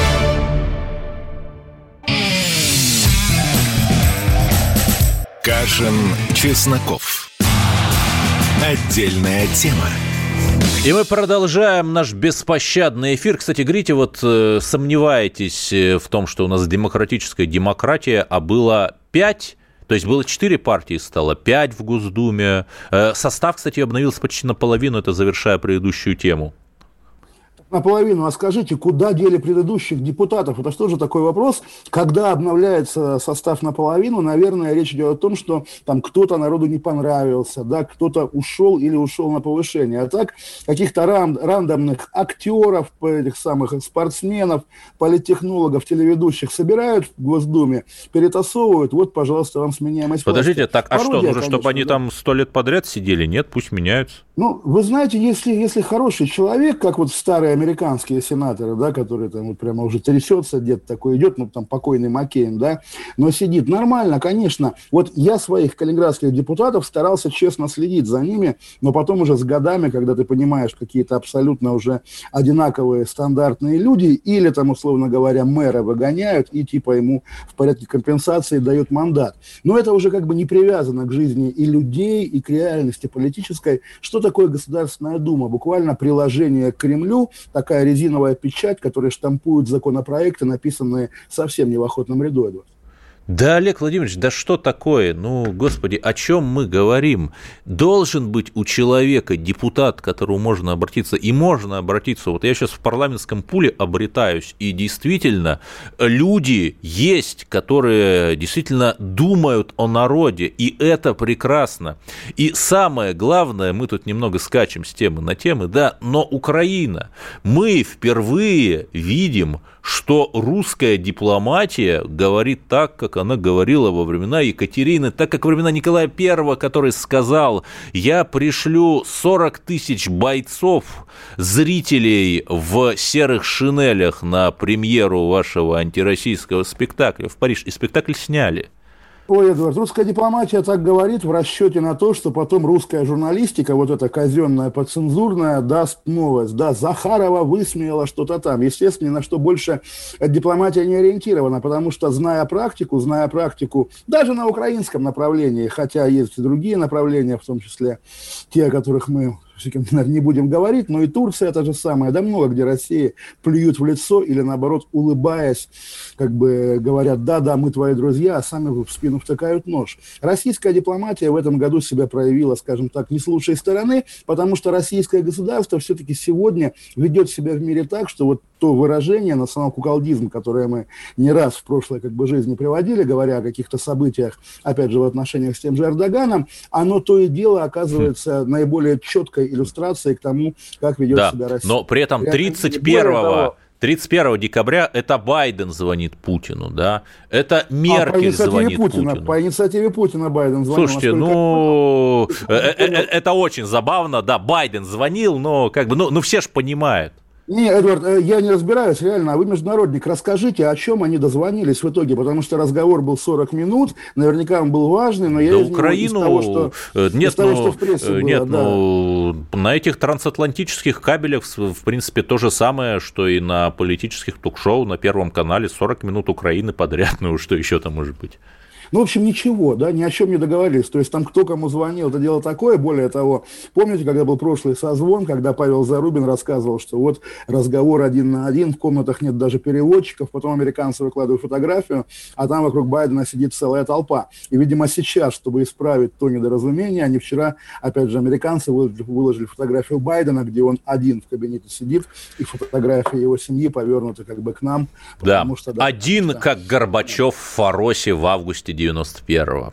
Кашин, Чесноков. Отдельная тема. И мы продолжаем наш беспощадный эфир. Кстати, говорите, вот э, сомневаетесь в том, что у нас демократическая демократия, а было пять, то есть было четыре партии, стало пять в Госдуме. Э, состав, кстати, обновился почти наполовину, это завершая предыдущую тему. Наполовину. А скажите, куда дели предыдущих депутатов? Это что же такой вопрос? Когда обновляется состав наполовину, наверное, речь идет о том, что там кто-то народу не понравился, да, кто-то ушел или ушел на повышение. А так каких-то ран- рандомных актеров, этих самых спортсменов, политтехнологов, телеведущих собирают в Госдуме, перетасовывают, вот, пожалуйста, вам сменяемость. Подождите, власти. так, а Пародия, что, нужно, конечно, чтобы они да. там сто лет подряд сидели? Нет, пусть меняются. Ну, вы знаете, если, если хороший человек, как вот старые американские сенаторы, да, которые там вот прямо уже трясется, где-то такой идет, ну, там, покойный Маккейн, да, но сидит нормально, конечно. Вот я своих калининградских депутатов старался честно следить за ними, но потом уже с годами, когда ты понимаешь, какие-то абсолютно уже одинаковые стандартные люди, или там, условно говоря, мэра выгоняют и типа ему в порядке компенсации дают мандат. Но это уже как бы не привязано к жизни и людей, и к реальности политической. Что такое Государственная Дума? Буквально приложение к Кремлю, такая резиновая печать, которая штампует законопроекты, написанные совсем не в охотном ряду, Эдвард. Да, Олег Владимирович, да что такое? Ну, господи, о чем мы говорим? Должен быть у человека депутат, к которому можно обратиться, и можно обратиться. Вот я сейчас в парламентском пуле обретаюсь, и действительно люди есть, которые действительно думают о народе, и это прекрасно. И самое главное, мы тут немного скачем с темы на темы, да, но Украина. Мы впервые видим, что русская дипломатия говорит так, как она говорила во времена Екатерины, так как во времена Николая Первого, который сказал: я пришлю сорок тысяч бойцов, зрителей в серых шинелях на премьеру вашего антироссийского спектакля в Париж. И спектакль сняли. Ой, Эдвард, русская дипломатия так говорит в расчете на то, что потом русская журналистика, вот эта казенная, подцензурная, даст новость. Да, Захарова высмеяла что-то там. Естественно, ни на что больше дипломатия не ориентирована, потому что, зная практику, зная практику даже на украинском направлении, хотя есть и другие направления, в том числе те, о которых мы не будем говорить, но и Турция это же самое, да много где России плюют в лицо или наоборот улыбаясь, как бы говорят: да-да, мы твои друзья, а сами в спину втыкают нож. Российская дипломатия в этом году себя проявила, скажем так, не с лучшей стороны, потому что российское государство все-таки сегодня ведет себя в мире так, что вот то выражение национал-куколдизм, которое мы не раз в прошлой как бы жизни приводили, говоря о каких-то событиях, опять же, в отношениях с тем же Эрдоганом, оно то и дело оказывается хм. наиболее четкой иллюстрацией к тому, как ведет да, себя Россия. Но при этом тридцать первого... тридцать первого декабря это Байден звонит Путину, да, это Меркель а, звонит Путина, Путину. По инициативе Путина Байден звонил. Слушайте, ну, это очень забавно, да, Байден звонил, но как бы, ну, ну все ж понимают. Не, Эдвард, я не разбираюсь, реально, а вы международник, расскажите, о чем они дозвонились в итоге, потому что разговор был сорок минут, наверняка он был важный, но я да из Украину... него, из того, что, нет, из того, ну, что в прессе было, нет, да. ну, на этих трансатлантических кабелях, в принципе, то же самое, что и на политических ток-шоу на Первом канале, сорок минут Украины подряд, ну, что еще там может быть? Ну, в общем, ничего, да, ни о чем не договорились. То есть там кто кому звонил, это дело такое. Более того, помните, когда был прошлый созвон, когда Павел Зарубин рассказывал, что вот разговор один на один, в комнатах нет даже переводчиков, потом американцы выкладывают фотографию, а там вокруг Байдена сидит целая толпа. И, видимо, сейчас, чтобы исправить то недоразумение, они вчера, опять же, американцы выложили, выложили фотографию Байдена, где он один в кабинете сидит, и фотография его семьи повернута как бы к нам. Да, что, да один, что... как Горбачев в Фаросе в августе девяносто первого.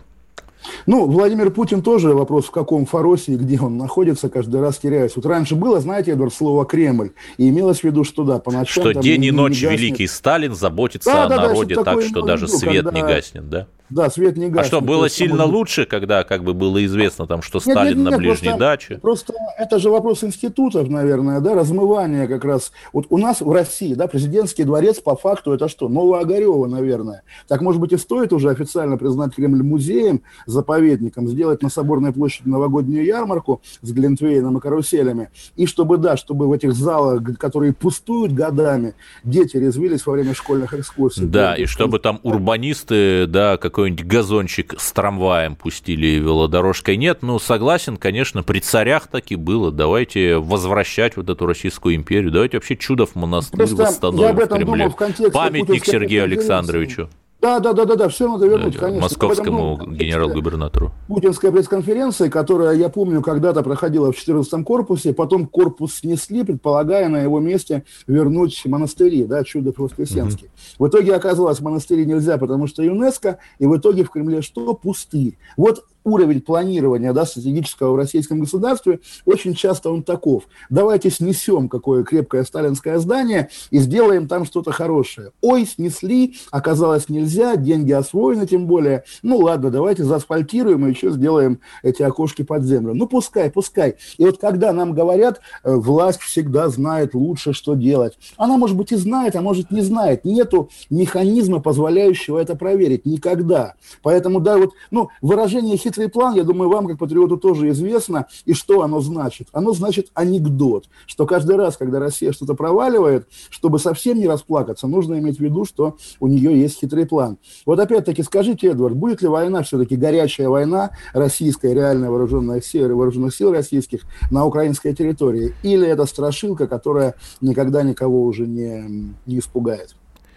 Ну, Владимир Путин тоже вопрос, в каком Фаросе и где он находится, каждый раз теряюсь. Вот раньше было, знаете, Эдвард, слово «Кремль», и имелось в виду, что да, по ночам... Что там, день не, и ночь не великий Сталин заботится да, о да, народе да, так, что даже виду, свет когда... не гаснет, да? Да, свет не гаснет. А что, было сильно самый... лучше, когда как бы было известно, там, что Сталин нет, нет, нет, на ближней просто, даче? Просто это же вопрос институтов, наверное, да, размывание как раз. Вот у нас в России, да, президентский дворец по факту это что? Новоогарево, наверное. Так, может быть, и стоит уже официально признать Кремль музеем, заповедником, сделать на Соборной площади новогоднюю ярмарку с глинтвейном и каруселями, и чтобы, да, чтобы в этих залах, которые пустуют годами, дети резвились во время школьных экскурсий. Да, и чтобы там урбанисты, да, какой-нибудь газончик с трамваем пустили и велодорожкой. Нет, ну, согласен, конечно, при царях так и было. Давайте возвращать вот эту Российскую империю. Давайте вообще Чудов монастырь Просто восстановим я об этом в Кремле. Думал в контексте Памятник Сергею Александровичу. Да, да, да, да, да, все надо вернуть, да, конечно. Московскому генерал-губернатору. Путинская пресс-конференция, которая, я помню, когда-то проходила в четырнадцатом корпусе, потом корпус снесли, предполагая на его месте вернуть монастыри, да, Чудов-Воскресенский. Mm-hmm. В итоге оказалось, монастыри нельзя, потому что ЮНЕСКО, и в итоге в Кремле что? Пустырь. Вот уровень планирования, да, стратегического в российском государстве, очень часто он таков. Давайте снесем какое крепкое сталинское здание и сделаем там что-то хорошее. Ой, снесли, оказалось нельзя, деньги освоены тем более. Ну ладно, давайте заасфальтируем и еще сделаем эти окошки под землю. Ну пускай, пускай. И вот когда нам говорят, власть всегда знает лучше, что делать. Она, может быть, и знает, а может, не знает. Нету механизма, позволяющего это проверить. Никогда. Поэтому, да, вот, ну, выражение хитрый план, я думаю, вам, как патриоту, тоже известно. И что оно значит? Оно значит анекдот. Что каждый раз, когда Россия что-то проваливает, чтобы совсем не расплакаться, нужно иметь в виду, что у нее есть хитрый план. Вот опять-таки скажите, Эдвард, будет ли война, все-таки горячая война российская, реальная вооруженных сил, вооруженных сил российских на украинской территории? Или это страшилка, которая никогда никого уже не, не испугает?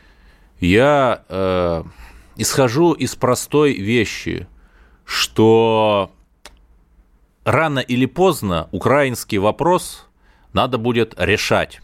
Я э, исхожу из простой вещи, что рано или поздно украинский вопрос надо будет решать.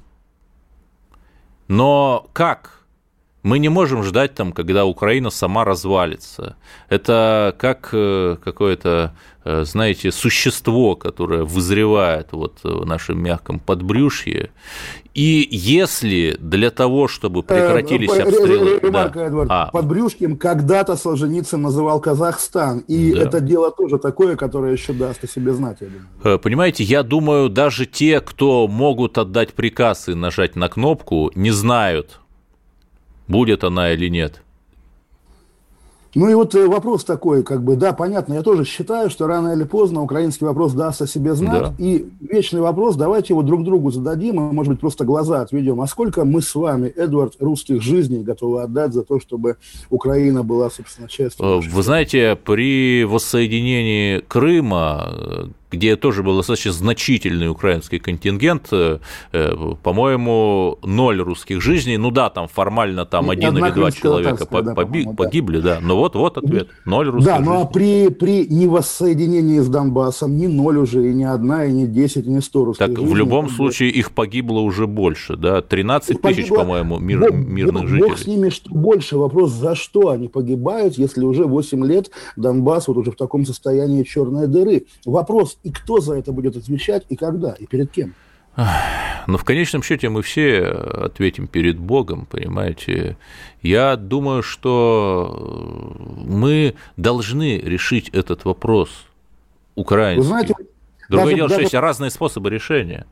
Но как? Мы не можем ждать, там, когда Украина сама развалится. Это как какое-то, знаете, существо, которое вызревает вот в нашем мягком подбрюшье. И если для того, чтобы прекратились обстрелы... Ремарка, да. Эдвард, а. Подбрюшьем когда-то Солженицын называл Казахстан. И да. Это дело тоже такое, которое еще даст о себе знать, я думаю. Понимаете, я думаю, даже те, кто могут отдать приказ и нажать на кнопку, не знают, будет она или нет. Ну и вот вопрос такой, как бы, да, понятно, я тоже считаю, что рано или поздно украинский вопрос даст о себе знать. Да. И вечный вопрос, давайте его друг другу зададим, и, может быть, просто глаза отведем. А сколько мы с вами, Эдвард, русских жизней готовы отдать за то, чтобы Украина была, собственно, частью? Вы знаете, при воссоединении Крыма где тоже был достаточно значительный украинский контингент, по-моему, ноль русских жизней. Ну да, там формально там один или два человека да, погибли, да. Но вот, вот ответ. Ноль русских да, жизней. Да, ну а при, при невоссоединении с Донбассом ни ноль уже, и ни одна, и ни десять, и ни сто русских так, жизней. В любом случае их погибло уже больше, да? тринадцать тысяч, по-моему, мир, Бог, мирных жителей. Бог с ними, что больше. Вопрос, за что они погибают, если уже восемь лет Донбасс вот уже в таком состоянии черной дыры. Вопрос, и кто за это будет отвечать, и когда, и перед кем? Но в конечном счете мы все ответим перед Богом, понимаете. Я думаю, что мы должны решить этот вопрос украинский. Вы знаете, другое дело, что есть разные способы решения.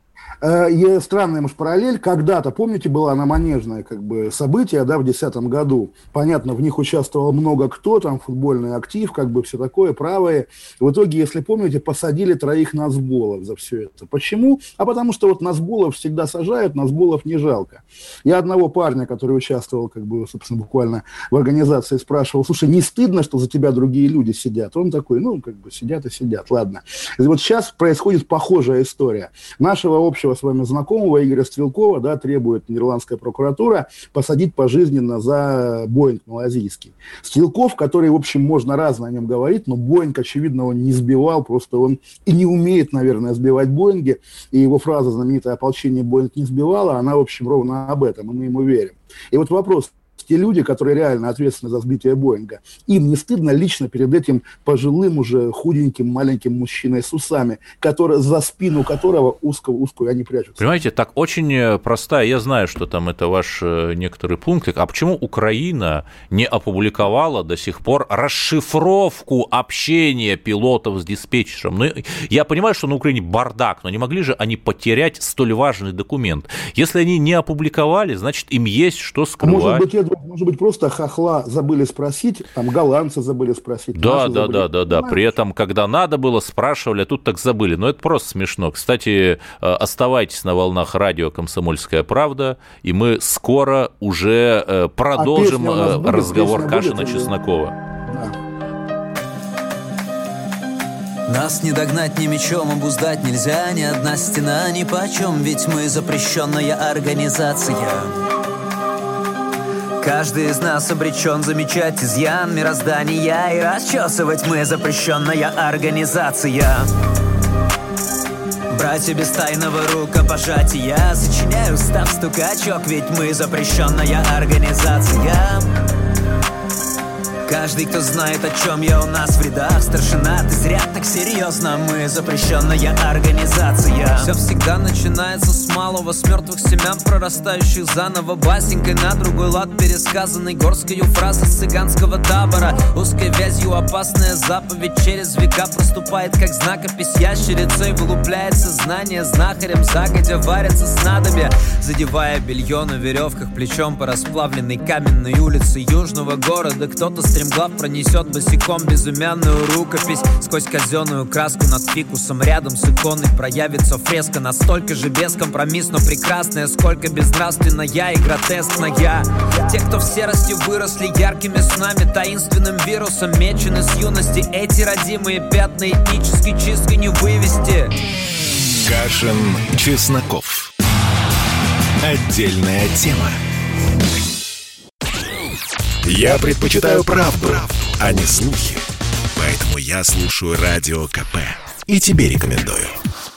И странная, может, параллель. Когда-то, помните, была на Манежное как бы событие, да, в две тысячи десятом году. Понятно, в них участвовало много кто, там футбольный актив, как бы все такое, правые. В итоге, если помните, посадили троих нацболов за все это. Почему? А потому что вот нацболов всегда сажают, нацболов не жалко. Я одного парня, который участвовал, как бы, собственно, буквально в организации, спрашивал: слушай, не стыдно, что за тебя другие люди сидят? Он такой: ну, как бы, сидят и сидят, ладно. И вот сейчас происходит похожая история. Нашего общего с вами знакомого Игоря Стрелкова, да, требует нидерландская прокуратура посадить пожизненно за Боинг малазийский. Стрелков, который, в общем, можно разно о нем говорить, но Боинг, очевидно, он не сбивал, просто он и не умеет, наверное, сбивать Боинги, и его фраза знаменитая «ополчение Боинг не сбивала», она, в общем, ровно об этом, и мы ему верим. И вот вопрос: те люди, которые реально ответственны за сбитие Боинга, им не стыдно лично перед этим пожилым уже худеньким маленьким мужчиной с усами, который, за спину которого узко-узко они прячутся? Понимаете, так очень простая, я знаю, что там это ваш некоторый пункт, а почему Украина не опубликовала до сих пор расшифровку общения пилотов с диспетчером? Ну, я понимаю, что на Украине бардак, но не могли же они потерять столь важный документ? Если они не опубликовали, значит, им есть что скрывать. Может быть, это Может быть, просто хохла забыли спросить, там голландцы забыли спросить. Да, да, да, да, да. При этом, когда надо было, спрашивали, а тут так забыли. Но это просто смешно. Кстати, оставайтесь на волнах радио «Комсомольская правда», и мы скоро уже продолжим а будет, разговор Кашина-Чеснокова. Да. Нас не догнать ни мечом, обуздать нельзя, ни одна стена ни почем, ведь мы запрещенная организация. Каждый из нас обречен замечать изъян мироздания, и расчесывать мы запрещенная организация. Братья без тайного рукопожатия, сочиняю став стукачок, ведь мы запрещенная организация. Каждый, кто знает, о чем я у нас в рядах, старшина, ты зря так серьезно, мы запрещенная организация. Все всегда начинается с малого, с мертвых семян, прорастающих заново, басенькой на другой лад, пересказанной горскою фразой с цыганского табора. Узкой вязью опасная заповедь через века проступает, как знакопись ящерицей, вылупляется знание знахарем, загодя варится снадобья, задевая белье на веревках плечом по расплавленной каменной улице южного города. Кто-то стремглав пронесет босиком безымянную рукопись сквозь казенную краску над фикусом. Рядом с иконой проявится фреска, настолько же бескомпромиссно прекрасная, сколько безнравственная и гротескная. Те, кто в серости выросли яркими снами, таинственным вирусом мечены с юности, эти родимые пятна этнической чисткой не вывести. Кашин-Чесноков. Отдельная тема. Я предпочитаю правду, а не слухи. Поэтому я слушаю Радио КП. И тебе рекомендую.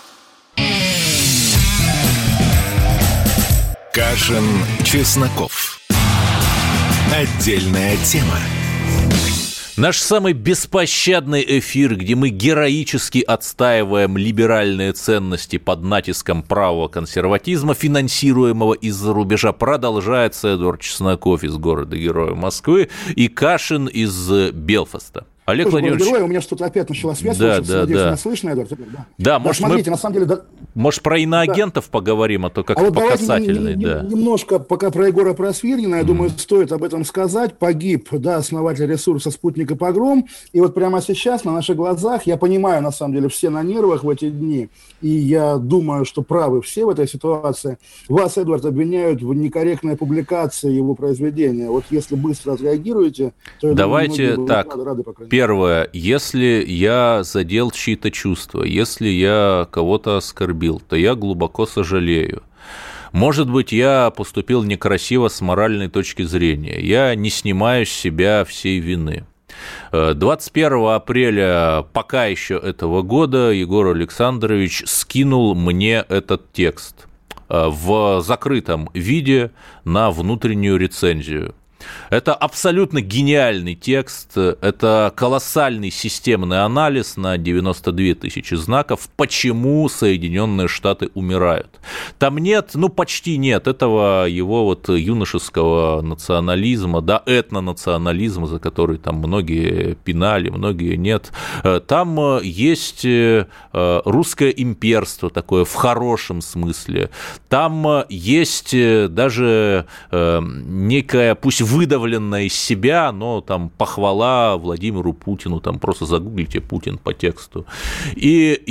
Кашин-Чесноков. Отдельная тема. Наш самый беспощадный эфир, где мы героически отстаиваем либеральные ценности под натиском правого консерватизма, финансируемого из-за рубежа, продолжается. Эдуард Чесноков из города-героя Москвы и Кашин из Белфаста. Олег Тоже Владимирович... герой, у меня что-то опять начала связь. Да, слушать, да, надеюсь, да. меня слышно, Эдуард? Да, да, да, может, смотрите, мы... на самом деле... Да... Может, про иноагентов да. поговорим, а то как-то а вот по касательной. Не, не, да. Немножко пока про Егора Просвирнина, я mm. думаю, стоит об этом сказать. Погиб, да, основатель ресурса «Спутник» и «Погром». И вот прямо сейчас на наших глазах, я понимаю, на самом деле, все на нервах в эти дни, и я думаю, что правы все в этой ситуации. Вас, Эдуард, обвиняют в некорректной публикации его произведения. Вот если быстро отреагируете, то... Давайте думаю, так, рады, рады, по крайней мере. Первое. Если я задел чьи-то чувства, если я кого-то оскорбил, то я глубоко сожалею. Может быть, я поступил некрасиво с моральной точки зрения. Я не снимаю с себя всей вины. двадцать первого апреля пока еще этого года Егор Александрович скинул мне этот текст в закрытом виде на внутреннюю рецензию. Это абсолютно гениальный текст, это колоссальный системный анализ на девяносто две тысячи знаков, почему Соединенные Штаты умирают. Там нет, ну почти нет этого его вот юношеского национализма, да, этнонационализма, за который там многие пинали, многие нет. Там есть русское имперство такое в хорошем смысле, там есть даже некая, пусть выдавленная из себя, но там похвала Владимиру Путину, там просто загуглите Путин по тексту. И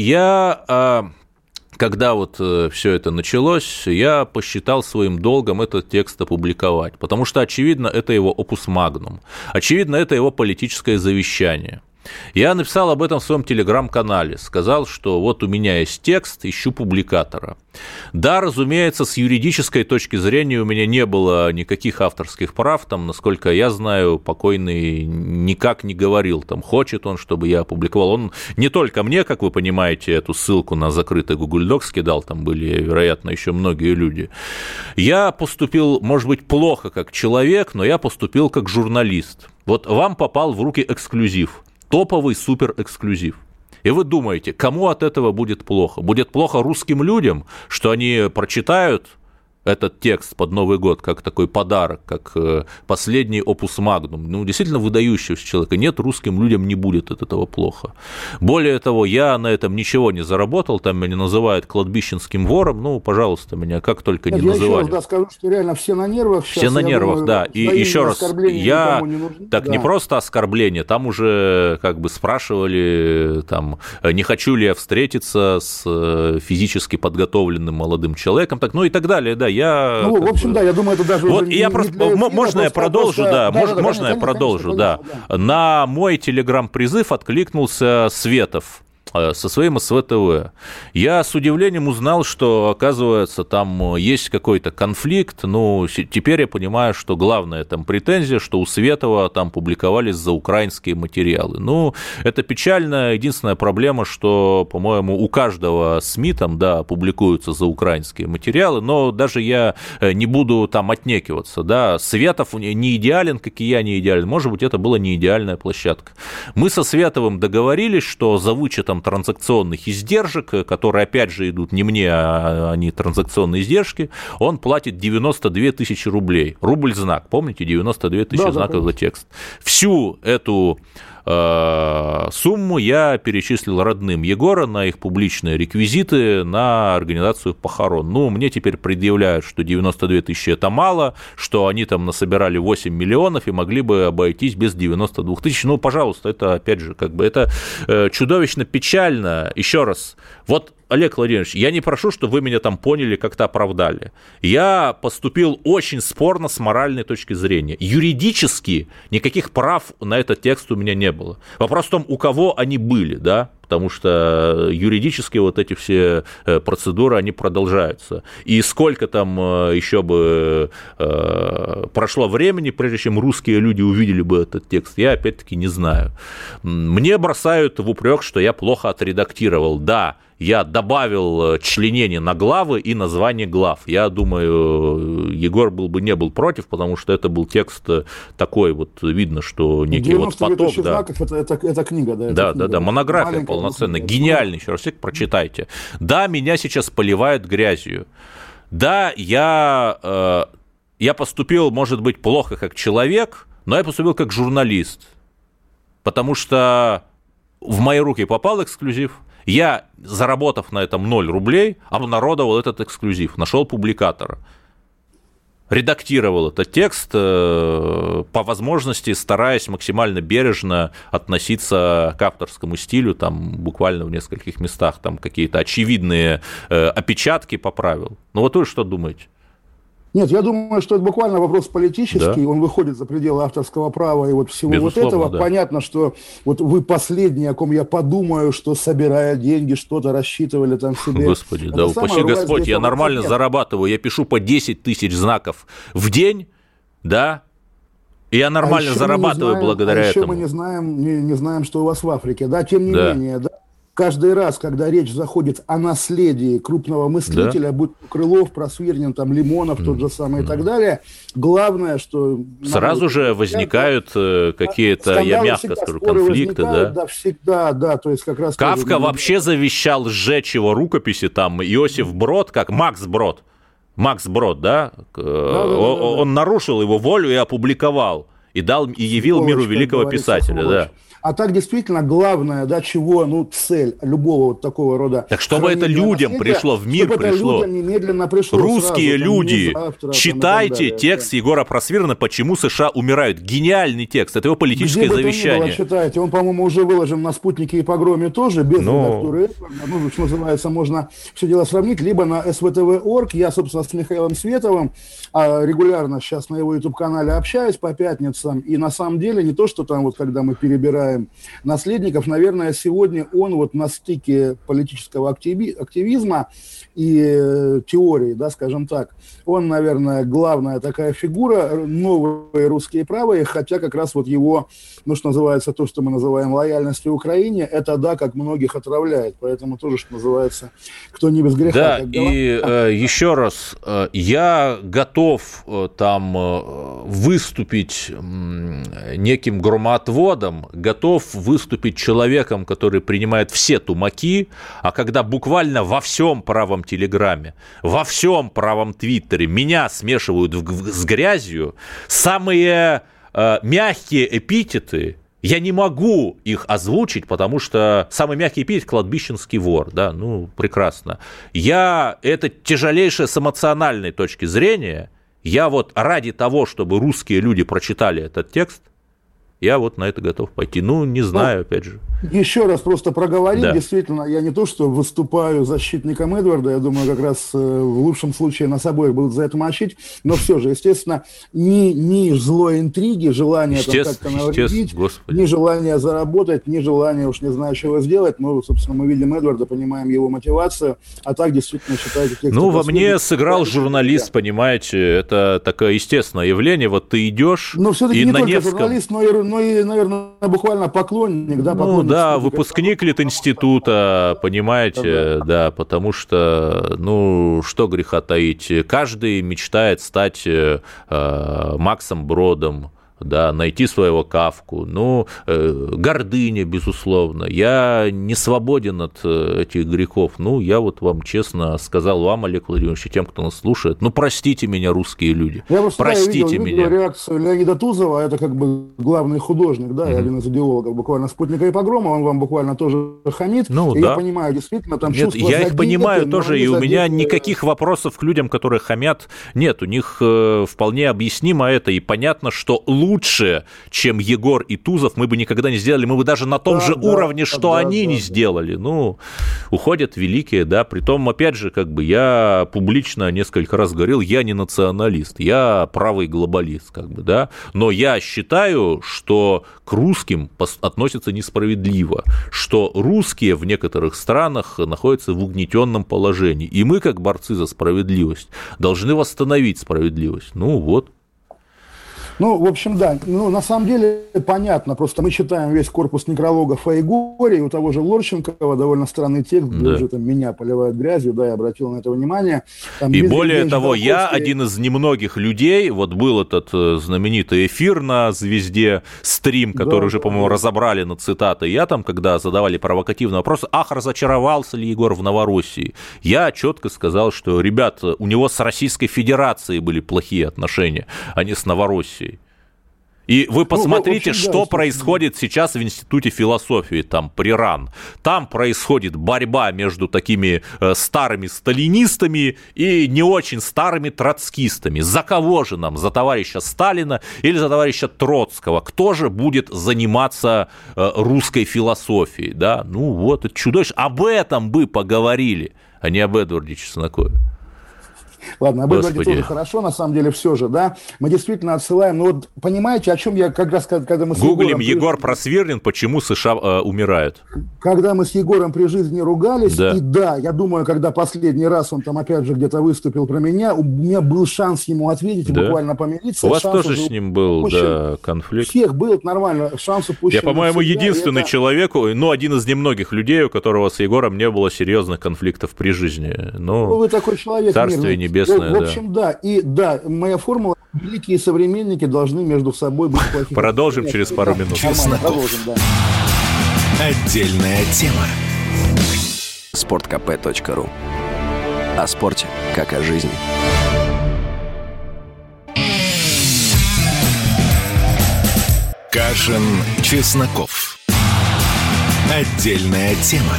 я, когда вот все это началось, я посчитал своим долгом этот текст опубликовать, потому что, очевидно, это его опус магнум, очевидно, это его политическое завещание. Я написал об этом в своем телеграм-канале, сказал, что вот у меня есть текст, ищу публикатора. Да, разумеется, с юридической точки зрения у меня не было никаких авторских прав, там, насколько я знаю, покойный никак не говорил, там, хочет он, чтобы я опубликовал. Он не только мне, как вы понимаете, эту ссылку на закрытый Google Docs кидал, там были, вероятно, еще многие люди. Я поступил, может быть, плохо как человек, но я поступил как журналист. Вот вам попал в руки эксклюзив. Топовый суперэксклюзив. И вы думаете, кому от этого будет плохо? Будет плохо русским людям, что они прочитают этот текст под Новый год как такой подарок, как последний опус магнум, ну, действительно выдающегося человека. Нет, русским людям не будет от этого плохо. Более того, я на этом ничего не заработал, там меня называют кладбищенским вором, ну, пожалуйста, меня как только не я называли. Я еще раз да, скажу, что реально все на нервах. Сейчас, все на нервах, думаю, да. И еще раз, я... Не так да. Не просто оскорбление, там уже как бы спрашивали, там, не хочу ли я встретиться с физически подготовленным молодым человеком, так, ну и так далее, да. Я, ну, в общем, бы... да, я думаю, это даже вот уже я не, просто... не для эфира, можно я продолжу, просто... да, да, можно, да, можно конечно, я продолжу, конечно, да. конечно, да. На мой телеграм-призыв откликнулся Светов со своим СВТВ. Я с удивлением узнал, что, оказывается, там есть какой-то конфликт. Ну, теперь я понимаю, что главная там претензия, что у Светова там публиковались заукраинские материалы. Ну, это печально. Единственная проблема, что, по-моему, у каждого СМИ там, да, публикуются заукраинские материалы, но даже я не буду там отнекиваться, да. Светов не идеален, как и я не идеален. Может быть, это была не идеальная площадка. Мы со Световым договорились, что за вычетом транзакционных издержек, которые, опять же, идут не мне, а они транзакционные издержки, он платит девяносто две тысячи рублей. Рубль-знак, помните, девяносто две тысячи да, знаков да, за текст. Всю эту э, сумму я перечислил родным Егора на их публичные реквизиты на организацию похорон. Ну, мне теперь предъявляют, что девяносто две тысячи – это мало, что они там насобирали восемь миллионов и могли бы обойтись без девяноста двух тысяч. Ну, пожалуйста, это, опять же, как бы это чудовищно печально. Еще раз, вот, Олег Владимирович, я не прошу, чтобы вы меня там поняли, как-то оправдали. Я поступил очень спорно с моральной точки зрения. Юридически никаких прав на этот текст у меня не было. Вопрос в том, у кого они были, да? Потому что юридически вот эти все процедуры, они продолжаются. И сколько там еще бы прошло времени, прежде чем русские люди увидели бы этот текст, я опять-таки не знаю. Мне бросают в упрек, что я плохо отредактировал. Да, я добавил членение на главы и название глав. Я думаю, Егор был бы не был против, потому что это был текст такой, вот видно, что некий вот поток. Да. Знаков, это, это, это книга, да? Это да, книга. да, да, монография полноценная, гениальный, еще раз прочитайте. Да, меня сейчас поливают грязью. Да, я, э, я поступил, может быть, плохо как человек, но я поступил как журналист, потому что в мои руки попал эксклюзив. Я, заработав на этом ноль рублей, обнародовал этот эксклюзив, нашел публикатора, редактировал этот текст, по возможности стараясь максимально бережно относиться к авторскому стилю, там буквально в нескольких местах там какие-то очевидные опечатки поправил. Ну вот вы что думаете? Нет, я думаю, что это буквально вопрос политический, да. Он выходит за пределы авторского права и вот всего Безусловно, вот этого. Да. Понятно, что вот вы последний, о ком я подумаю, что, собирая деньги, что-то рассчитывали там себе. Господи, это да упаси Господь, я нормально нет. зарабатываю, я пишу по десять тысяч знаков в день, да, и я нормально а зарабатываю знаем, благодаря а еще этому. мы не знаем, не, не знаем, что у вас в Африке, да, тем не да. менее, да. Каждый раз, когда речь заходит о наследии крупного мыслителя, да. будь то Крылов, Просвирнин, там, Лимонов, тот же самый mm. и так далее, главное, что... Сразу же возникают да, какие-то, я мягко скажу, конфликты. Да? да, всегда, да, то есть как раз... Кафка тоже, вообще ну, завещал сжечь его рукописи, там, Иосиф Брод, как Макс Брод, Макс Брод, да? Да, да, да, он, да, да. он нарушил его волю и опубликовал, и, дал, и явил Сволочь, миру великого писателя, да. А так действительно главное, да, чего, ну, цель любого вот такого рода... Так чтобы это людям наследия, пришло, в мир чтобы пришло. Это людям немедленно пришло. Русские сразу, люди, там, завтра, читайте там, текст да. Егора Просвирнина «Почему США умирают». Гениальный текст, это его политическое Где завещание. Бы то ни было, читайте. Он, по-моему, уже выложен на «Спутнике» и «Погроме» тоже, без Но... редактуры. Ну, что называется, можно все дело сравнить. Либо на эс вэ тэ вэ точка орг. Я, собственно, с Михаилом Световым регулярно сейчас на его YouTube-канале общаюсь по пятницам. И на самом деле не то, что там вот, когда мы перебираем наследников, наверное, сегодня он вот на стыке политического активизма и э, теории, да, скажем так, он, наверное, главная такая фигура, новые русские правые, хотя как раз вот его, ну, что называется, то, что мы называем лояльностью Украине, это, да, как многих отравляет, поэтому тоже, что называется, кто не без греха. Да, и э, еще раз, э, я готов э, там э, выступить э, неким громоотводом, готов выступить человеком, который принимает все тумаки, а когда буквально во всем правом телеграме, во всем правом твиттере меня смешивают в, в, с грязью, самые э, мягкие эпитеты, я не могу их озвучить, потому что самый мягкий эпитет – кладбищенский вор, да, ну, прекрасно. Я, это тяжелейшее с эмоциональной точки зрения, я вот ради того, чтобы русские люди прочитали этот текст, я вот на это готов пойти. Ну, не знаю, ну, опять же. Еще раз просто проговорить. Да. Действительно, я не то, что выступаю защитником Эдварда, я думаю, как раз э, в лучшем случае нас обоих будут за это мочить, но все же, естественно, ни, ни злой интриги, желание там как-то навредить, ни желание заработать, ни желание, уж не знаю, чего сделать. Ну, собственно, мы видим Эдварда, понимаем его мотивацию, а так действительно считаю... Ну, во мне сыграл журналист, понимаете, это такое естественное явление, вот ты идешь... Но все-таки и не на только Невском... журналист, но и, но и, наверное, буквально поклонник, да, поклонник. Ну, да, выпускник Литинститута, понимаете, да, да, потому что, ну, что греха таить, каждый мечтает стать э, Максом Бродом, да, найти своего Кафку, ну, э, гордыня, безусловно, я не свободен от э, этих грехов, ну, я вот вам честно сказал, вам, Олег Владимирович, и тем, кто нас слушает, ну, простите меня, русские люди, я просто, простите да, я видел, меня. Видел реакцию Леонида Тузова, это как бы главный художник, да, mm-hmm. один из идеологов буквально «Спутника» и «Погрома», он вам буквально тоже хамит, ну, и да. я понимаю, действительно, там нет, чувство я их понимаю задеты, тоже, и у меня задеты... никаких вопросов к людям, которые хамят, нет, у них э, вполне объяснимо это, и понятно, что лучше, чем Егор и Тузов, мы бы никогда не сделали, мы бы даже на том да, же да, уровне, что да, они да, не да. сделали. Ну, уходят великие, да, притом, опять же, как бы я публично несколько раз говорил, я не националист, я правый глобалист, как бы, да, но я считаю, что к русским относятся несправедливо, что русские в некоторых странах находятся в угнетенном положении, и мы, как борцы за справедливость, должны восстановить справедливость. Ну, вот. Ну, в общем, да, ну, на самом деле понятно, просто мы читаем весь корпус некрологов о Егоре, и у того же Лорченкова довольно странный текст, где да. уже там меня поливают грязью, да, я обратил на это внимание. Там, и более того, я один из немногих людей, вот был этот знаменитый эфир на «Звезде», стрим, который да, уже, по-моему, да. разобрали на цитаты, я там, когда задавали провокативный вопрос, ах, разочаровался ли Егор в Новороссии, я четко сказал, что, ребят, у него с Российской Федерацией были плохие отношения, а не с Новороссией. И вы посмотрите, ну, общем, что да, происходит да. сейчас в Институте философии, там, при РАН. Там происходит борьба между такими э, старыми сталинистами и не очень старыми троцкистами. За кого же нам? За товарища Сталина или за товарища Троцкого? Кто же будет заниматься э, русской философией? Да? Ну вот, это чудовищно. Об этом бы поговорили, а не об Эдварде Чеснокове. Ладно, об Эдварде тоже хорошо, на самом деле, все же, да. Мы действительно отсылаем. Ну вот, понимаете, о чем я как раз, когда мы с Гуглим Егором... Егор при... Просверлин, почему США э, умирают. Когда мы с Егором при жизни ругались, да. и да, я думаю, когда последний раз он там опять же где-то выступил про меня, у меня был шанс ему ответить, да. буквально помириться. У вас шанс тоже с ним был, упущен. да, конфликт. У всех был нормально, шанс упущен. Я, по-моему, всегда, единственный это... человек, ну, один из немногих людей, у которого с Егором не было серьезных конфликтов при жизни. Ну, ну вы такой человек. Царствие мирный. небесное, в, в общем, да. да. И да, моя формула: великие современники должны между собой быть плохими. Продолжим через пару минут. Продолжим, да. Отдельная тема. спорт кэ пэ точка ру. О спорте, как о жизни. Кашин, Чесноков. Отдельная тема.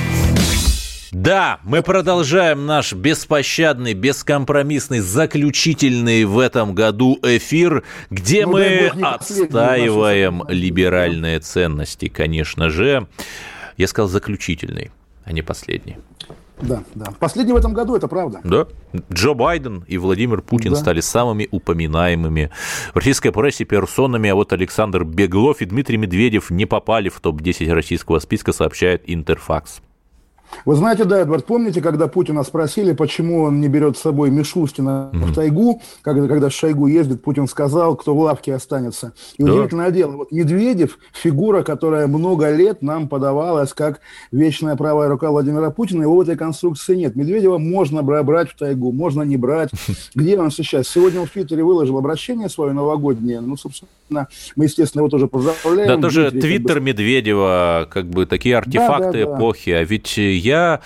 Да, мы продолжаем наш беспощадный, бескомпромиссный, заключительный в этом году эфир, где ну, мы бог, отстаиваем либеральные ценности, конечно же. Я сказал заключительный, а не последний. Да, да. Последний в этом году, это правда. Да. Джо Байден и Владимир Путин да. стали самыми упоминаемыми в российской прессе персонами, а вот Александр Беглов и Дмитрий Медведев не попали в топ десять российского списка, сообщает Интерфакс. Вы знаете, да, Эдвард, помните, когда Путина спросили, почему он не берет с собой Мишустина mm-hmm. в тайгу, когда, когда Шойгу ездит, Путин сказал, кто в лавке останется. И да. удивительное дело, вот Медведев, фигура, которая много лет нам подавалась как вечная правая рука Владимира Путина, его в этой конструкции нет. Медведева можно брать в тайгу, можно не брать. Где он сейчас? Сегодня он в Твиттере выложил обращение свое новогоднее, ну, собственно, мы, естественно, его тоже поздравляем. Да, тоже Твиттер Медведева, как бы такие артефакты да, да, эпохи, да. а ведь я,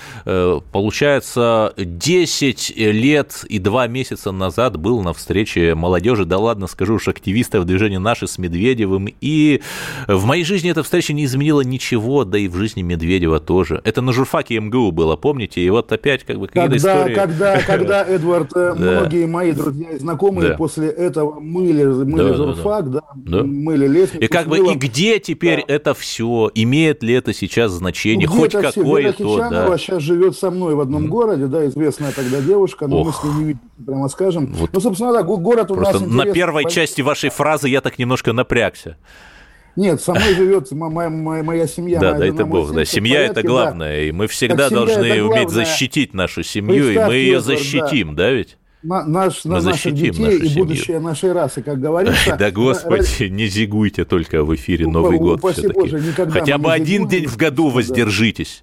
получается, десять лет и два месяца назад был на встрече молодежи, да ладно, скажу уж, активистов движения «Наши» с Медведевым, и в моей жизни эта встреча не изменила ничего, да и в жизни Медведева тоже. Это на журфаке эм гэ у было, помните? И вот опять как бы какие-то когда, истории... Когда, когда, Эдвард, многие мои друзья и знакомые после этого мыли, мыли журфак, да, мыли лестницу. И как бы, и где теперь это все? Имеет ли это сейчас значение? Хоть какое-то? Да. Сейчас живет со мной в одном mm. городе, да, известная тогда девушка, но Ох. мы с ней не видим, прямо скажем. Вот. Ну, собственно, да, город у Просто нас... на первой понятно. части вашей фразы я так немножко напрягся. Нет, со мной живет моя, моя, моя семья. Да, моя дай-то Бог, да, семья порядке, это главное, да. и мы всегда должны уметь защитить нашу семью, Представь, и мы ее защитим, да, да ведь? На, наш, на наших детей и будущее нашей расы, как говорится. Да, Господи, не зигуйте только в эфире Новый год все-таки. Хотя бы один день в году воздержитесь.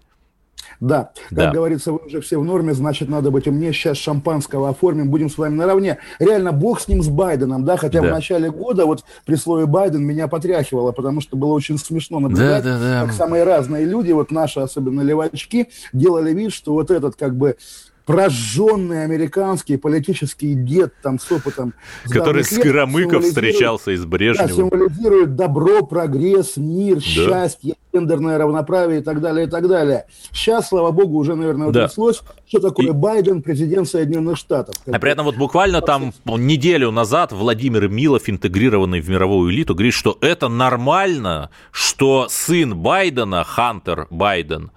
Да, как да. говорится, вы уже все в норме, значит, надо быть умнее. Сейчас шампанского оформим, будем с вами наравне. Реально, бог с ним, с Байденом, да, хотя да. в начале года вот при слове Байден меня потряхивало, потому что было очень смешно наблюдать, да, да, да. как самые разные люди, вот наши, особенно левачки, делали вид, что вот этот как бы прожженный американский политический дед там с опытом... Который с Кыромыков встречался и с Брежневым. Да, символизирует добро, прогресс, мир, да. счастье, гендерное равноправие и так далее, и так далее. Сейчас, слава богу, уже, наверное, да. утряслось, что такое и... Байден, президент Соединенных Штатов. А при этом вот буквально там неделю назад Владимир Милов, интегрированный в мировую элиту, говорит, что это нормально, что сын Байдена, Хантер Байден,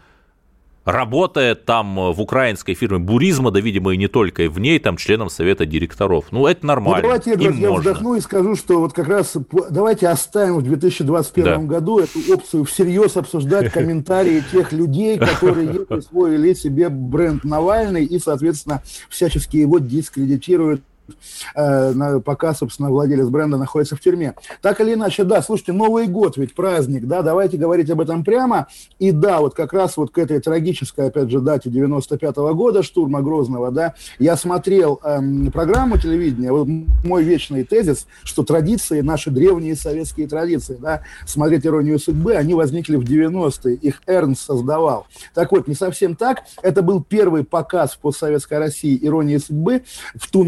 работает там в украинской фирме Буризма, да, видимо, и не только, и в ней там членом совета директоров. Ну, это нормально. Ну, давайте, Эдвард, я можно. вздохну и скажу, что вот как раз давайте оставим в две тысячи двадцать первом да. году эту опцию всерьез обсуждать комментарии тех людей, которые присвоили себе бренд Навальный и, соответственно, всячески его дискредитируют, пока, собственно, владелец бренда находится в тюрьме. Так или иначе, да, слушайте, Новый год ведь праздник, да, давайте говорить об этом прямо. И да, вот как раз вот к этой трагической, опять же, дате девяносто пятого года, штурма Грозного, да, я смотрел эм, программу телевидения, вот мой вечный тезис, что традиции, наши древние советские традиции, да, смотреть «Иронию судьбы», они возникли в девяностые, их Эрнст создавал. Так вот, не совсем так, это был первый показ в постсоветской России «Иронии судьбы» в ту ночь, в ту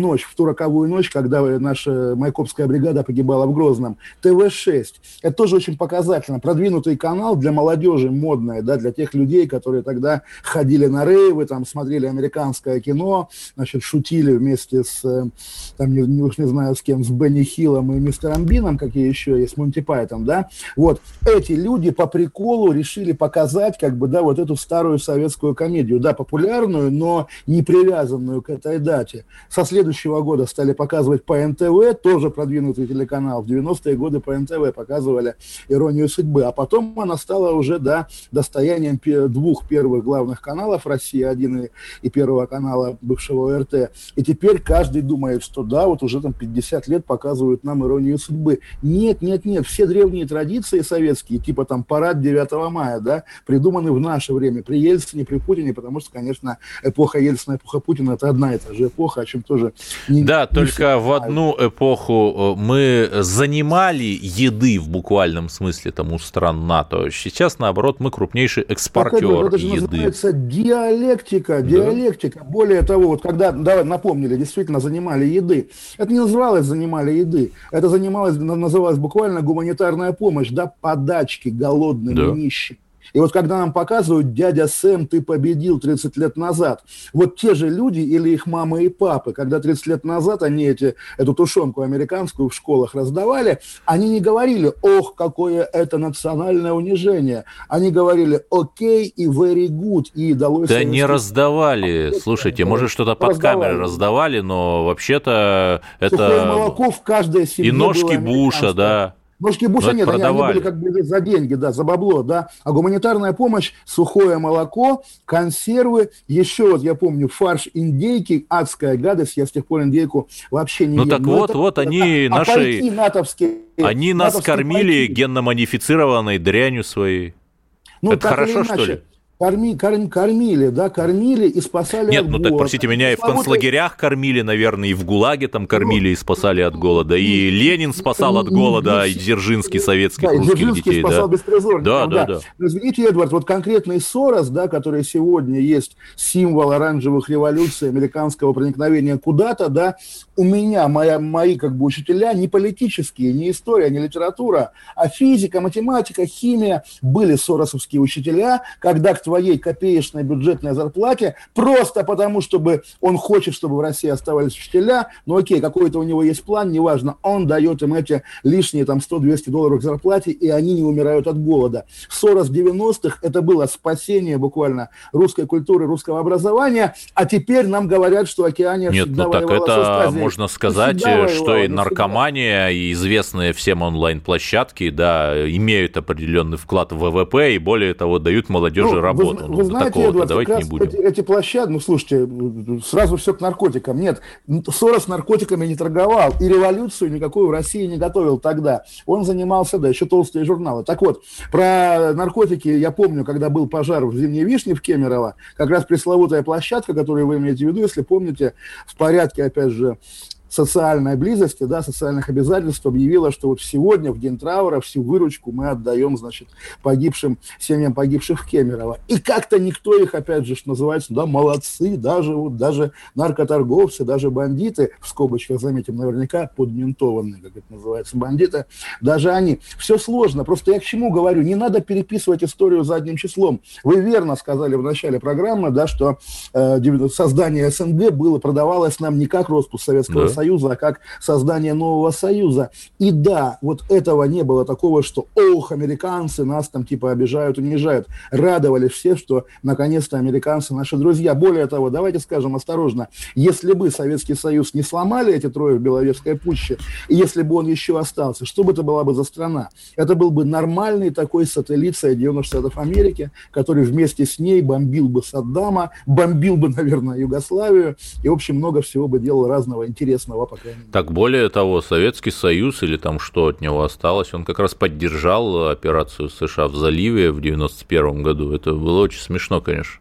роковую ночь, когда наша Майкопская бригада погибала в Грозном. тэ вэ шесть. Это тоже очень показательно. Продвинутый канал для молодежи, модный, да, для тех людей, которые тогда ходили на рейвы, там, смотрели американское кино, значит, шутили вместе с, там, не, не, уж не знаю с кем, с Бенни Хиллом и мистером Бином, какие еще есть, Монти Пайтон, да. Вот. Эти люди по приколу решили показать, как бы, да, вот эту старую советскую комедию, да, популярную, но не привязанную к этой дате. Со следующего года стали показывать по эн тэ вэ, тоже продвинутый телеканал. В девяностые годы по эн тэ вэ показывали «Иронию судьбы». А потом она стала уже, да, достоянием двух первых главных каналов «Россия-один» и, и Первого канала бывшего о эр тэ. И теперь каждый думает, что да, вот уже там пятьдесят лет показывают нам «Иронию судьбы». Нет, нет, нет. Все древние традиции советские, типа там парад девятого мая, да, придуманы в наше время. При Ельцине, при Путине, потому что, конечно, эпоха Ельцина, эпоха Путина – это одна и та же эпоха, о чем тоже не Да, не только в одну эпоху мы занимали еды в буквальном смысле там у стран НАТО. Сейчас, наоборот, мы крупнейший экспортер это, это же еды. называется диалектика, да. диалектика. Более того, вот когда, давай напомнили, действительно занимали еды. Это не называлось занимали еды. Это занималось, называлось буквально гуманитарная помощь, да, подачки голодным да. и нищим. И вот когда нам показывают «Дядя Сэм, ты победил тридцать лет назад», вот те же люди или их мамы и папы, когда тридцать лет назад они эти, эту тушенку американскую в школах раздавали, они не говорили «Ох, какое это национальное унижение». Они говорили «Окей» и «Very good». И далось да не раздавали. Слушайте, может, что-то под камерой раздавали, но вообще-то это... Сухое молоко в каждой семье и ножки Буша, да. Ножки Буша нет, они, они были как бы за деньги, да, за бабло, да. А гуманитарная помощь, сухое молоко, консервы, еще вот я помню фарш индейки, адская гадость, я с тех пор индейку вообще не ну ем. так Но вот, это, вот это, они а наши... пайки натовские. Они нас натовские кормили пайки. генно-модифицированной дрянью своей. Ну, это хорошо, что ли? Корми, корм, кормили, да, кормили и спасали Нет, от ну голода. так, простите меня, и в концлагерях кормили, наверное, и в ГУЛАГе там кормили и спасали от голода, и Ленин спасал от голода, и Дзержинский советских да, русских Дзержинский детей. спасал Да. беспризорников. Да, да, да. да. Но, извините, Эдвард, вот конкретный Сорос, да, который сегодня есть символ оранжевых революций, американского проникновения куда-то, да, у меня, моя, мои как бы учителя не политические, не история, не литература, а физика, математика, химия были соросовские учителя, когда к твоей копеечной бюджетной зарплате, просто потому, чтобы он хочет, чтобы в России оставались учителя, ну окей, какой-то у него есть план, неважно, он дает им эти лишние там сто-двести долларов к зарплате, и они не умирают от голода. Сорос девяностых это было спасение буквально русской культуры, русского образования, а теперь нам говорят, что Океания Нет, всегда ну так воевала это с Астазией. можно сказать, Всегда что воевала, и не наркомания, и известные всем онлайн-площадки, да, имеют определенный вклад в вэ вэ пэ, и более того, дают молодежи ну, работу. Вы, ну, вы знаете, Эдвард, давайте как не будем. Эти, эти площадки, ну, слушайте, сразу все к наркотикам. Нет, Сорос наркотиками не торговал, и революцию никакую в России не готовил тогда. Он занимался, да, еще толстые журналы. Так вот, про наркотики я помню, когда был пожар в Зимней Вишне в Кемерово, как раз пресловутая площадка, которую вы имеете в виду, если помните, в порядке, опять же, социальной близости, да, социальных обязательств объявила, что вот сегодня, в день траура, всю выручку мы отдаем, значит, погибшим, семьям погибших в Кемерово. И как-то никто их, опять же, что называется, да, молодцы, даже, вот, даже наркоторговцы, даже бандиты, в скобочках, заметим, наверняка подментованные, как это называется, бандиты, даже они. Все сложно, просто я к чему говорю, не надо переписывать историю задним числом. Вы верно сказали в начале программы, да, что э, создание эс эн гэ было, продавалось нам не как распуск Советского Союза, Союза, а как создание нового союза. И да, вот этого не было такого, что ох, американцы нас там типа обижают, унижают. Радовались все, что наконец-то американцы наши друзья. Более того, давайте скажем осторожно, если бы Советский Союз не сломали эти трое в Беловежской пуще, и если бы он еще остался, что бы это была бы за страна? Это был бы нормальный такой сателлит Соединенных Штатов Америки, который вместе с ней бомбил бы Саддама, бомбил бы, наверное, Югославию, и, в общем, много всего бы делал разного интересного. По крайней мере. Так, более того, Советский Союз, или там что от него осталось, он как раз поддержал операцию США в заливе в девяносто первом году. Это было очень смешно, конечно.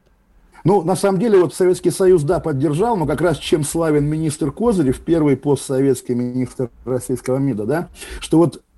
Ну, на самом деле, вот Советский Союз, да, поддержал, но как раз чем славен министр Козырев, первый постсоветский министр российского МИДа, да, что вот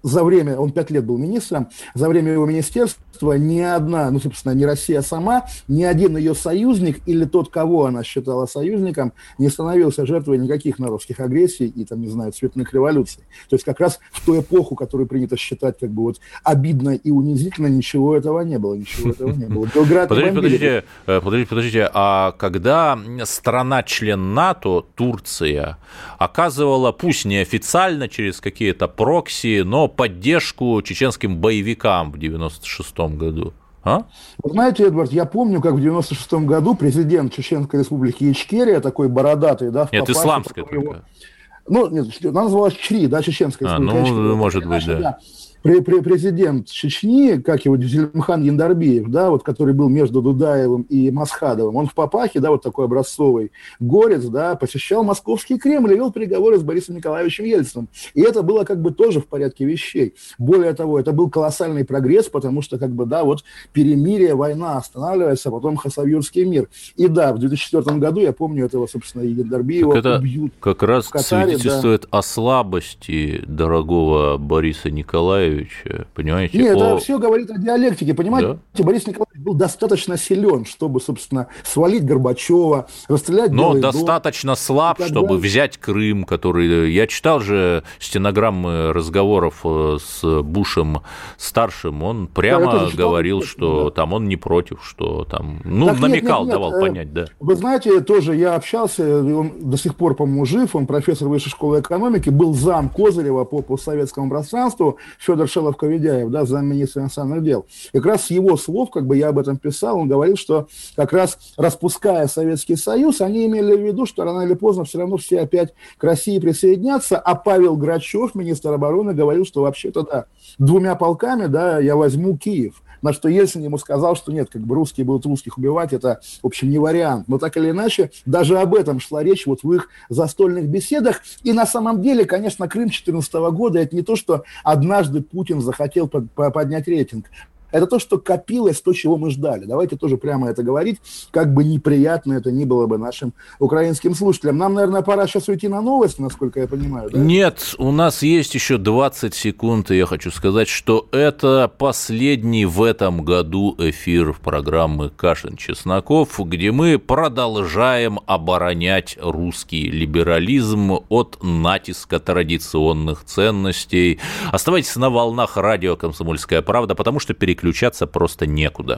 за время, он пять лет был министром, за время его министерства ни одна, ну, собственно, не Россия сама, ни один ее союзник или тот, кого она считала союзником, не становился жертвой никаких народских агрессий и, там, не знаю, цветных революций. То есть как раз в ту эпоху, которую принято считать как бы вот обидно и унизительно, ничего этого не было, ничего этого не было. Белград подождите, подождите, подождите, подождите, а когда страна-член НАТО, Турция, оказывала, пусть неофициально, через какие-то прокси, но поддержку чеченским боевикам в девяносто шестом году? А? Вы знаете, Эдвард, я помню, как в девяносто шестом году президент Чеченской республики Ичкерия, такой бородатый, да, в Нет, папахе, исламская только. Его... Ну, нет, она называлась Чри, да, Чеченская республика. А, ну, Ичкерия, может быть, да. да. Президент Чечни, как его, Зелимхан Яндарбиев, да, вот, который был между Дудаевым и Масхадовым, он в папахе, да, вот такой образцовый горец, да, посещал Московский Кремль и вел переговоры с Борисом Николаевичем Ельциным. И это было как бы тоже в порядке вещей. Более того, это был колоссальный прогресс, потому что, как бы, да, вот перемирие, война останавливается, а потом Хасавюрский мир. И да, в две тысячи четвёртом году, я помню, этого, собственно, Яндарбиева это убьют. Как раз Катаре, свидетельствует да. о слабости дорогого Бориса Николаевича. Понимаете? Нет, о... это все говорит о диалектике. Понимаете, да? Борис Николаевич был достаточно силен, чтобы, собственно, свалить Горбачева, расстрелять Но Белый достаточно дом, слаб, чтобы взять Крым, который... Я читал же стенограммы разговоров с Бушем-старшим, он прямо да, говорил, читал, что да. там он не против, что там... Ну, так намекал, нет, нет, нет. давал понять, да. Вы знаете, тоже я общался, он до сих пор, по-моему, жив, он профессор Высшей школы экономики, был зам Козырева по постсоветскому пространству, Федор Шелов-Коведяев, да, замминистра иностранных дел. И как раз с его слов, как бы я об этом писал, он говорил, что как раз распуская Советский Союз, они имели в виду, что рано или поздно все равно все опять к России присоединятся, а Павел Грачев, министр обороны, говорил, что вообще-то, да, двумя полками, да, я возьму Киев. На что Ельцин ему сказал, что нет, как бы русские будут русских убивать, это, в общем, не вариант. Но так или иначе, даже об этом шла речь вот в их застольных беседах. И на самом деле, конечно, Крым две тысячи четырнадцатого года – это не то, что однажды Путин захотел поднять рейтинг. Это то, что копилось, то, чего мы ждали. Давайте тоже прямо это говорить, как бы неприятно это ни было бы нашим украинским слушателям. Нам, наверное, пора сейчас уйти на новости, насколько я понимаю, да? Нет, у нас есть еще двадцать секунд, и я хочу сказать, что это последний в этом году эфир программы «Кашин-Чесноков», где мы продолжаем оборонять русский либерализм от натиска традиционных ценностей. Оставайтесь на волнах радио «Комсомольская правда», потому что переключаться Переключаться просто некуда.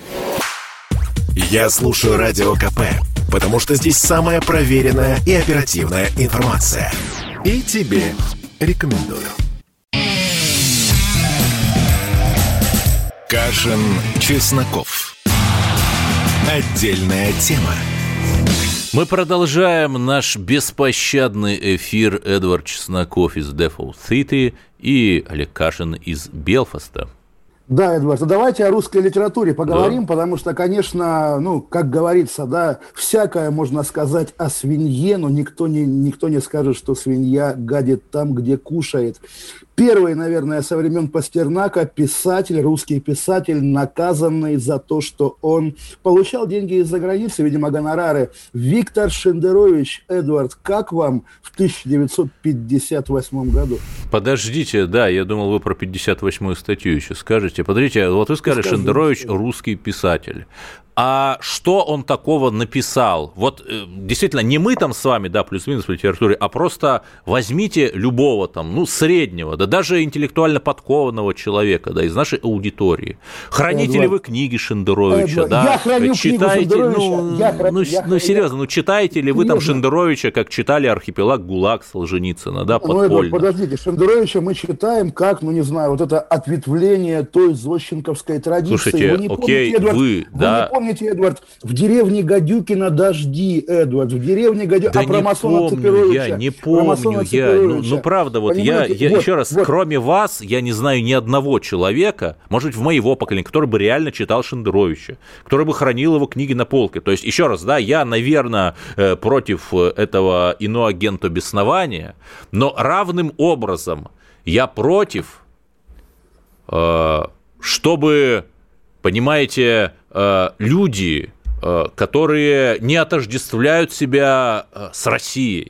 Я слушаю Радио КП, потому что здесь самая проверенная и оперативная информация. И тебе рекомендую. Кашин-Чесноков. Отдельная тема. Мы продолжаем наш беспощадный эфир. Эдвард Чесноков из Дефолт City и Олег Кашин из Белфаста. Да, Эдвард, давайте о русской литературе поговорим, да. потому что, конечно, ну, как говорится, да, всякое можно сказать о свинье, но никто не, никто не скажет, что свинья гадит там, где кушает. Первый, наверное, со времен Пастернака писатель, русский писатель, наказанный за то, что он получал деньги из-за границы, видимо, гонорары. Виктор Шендерович. Эдвард, как вам в тысяча девятьсот пятьдесят восьмом году? Подождите, да, я думал, вы про пятьдесят восьмую статью еще скажете. Подождите, вот вы сказали, Скажи, Шендерович – русский писатель. А что он такого написал? Вот действительно, не мы там с вами, да, плюс-минус в литературе, а просто возьмите любого там, ну, среднего, да даже интеллектуально подкованного человека, да, из нашей аудитории. Храните Эдвард. ли вы книги Шендеровича, Эдвард. да? Я храню читаете, книгу Шендеровича. ну, я храню, ну, я ну я серьезно, ну читаете ли вы серьезно. там Шендеровича, как читали «Архипелаг ГУЛАГ» Солженицына, да, подпольно? Ну, Эдвард, подождите, Шендеровича мы читаем как, ну, не знаю, вот это ответвление той зощенковской традиции. Слушайте, вы не окей, помните, Эдвард, вы, вы да. не помните, Эдвард, в деревне Гадюкина дожди, Эдвард, в деревне Гадюкина, да а про масона Цепировича. Я не помню, я, ну, ну правда, вот я, я вот, еще раз, вот. Кроме вас, я не знаю ни одного человека, может быть, в моего поколения, который бы реально читал Шендеровича, который бы хранил его книги на полке. То есть, еще раз, да, я, наверное, против этого иноагента беснования, но равным образом я против, чтобы, понимаете, люди, которые не отождествляют себя с Россией,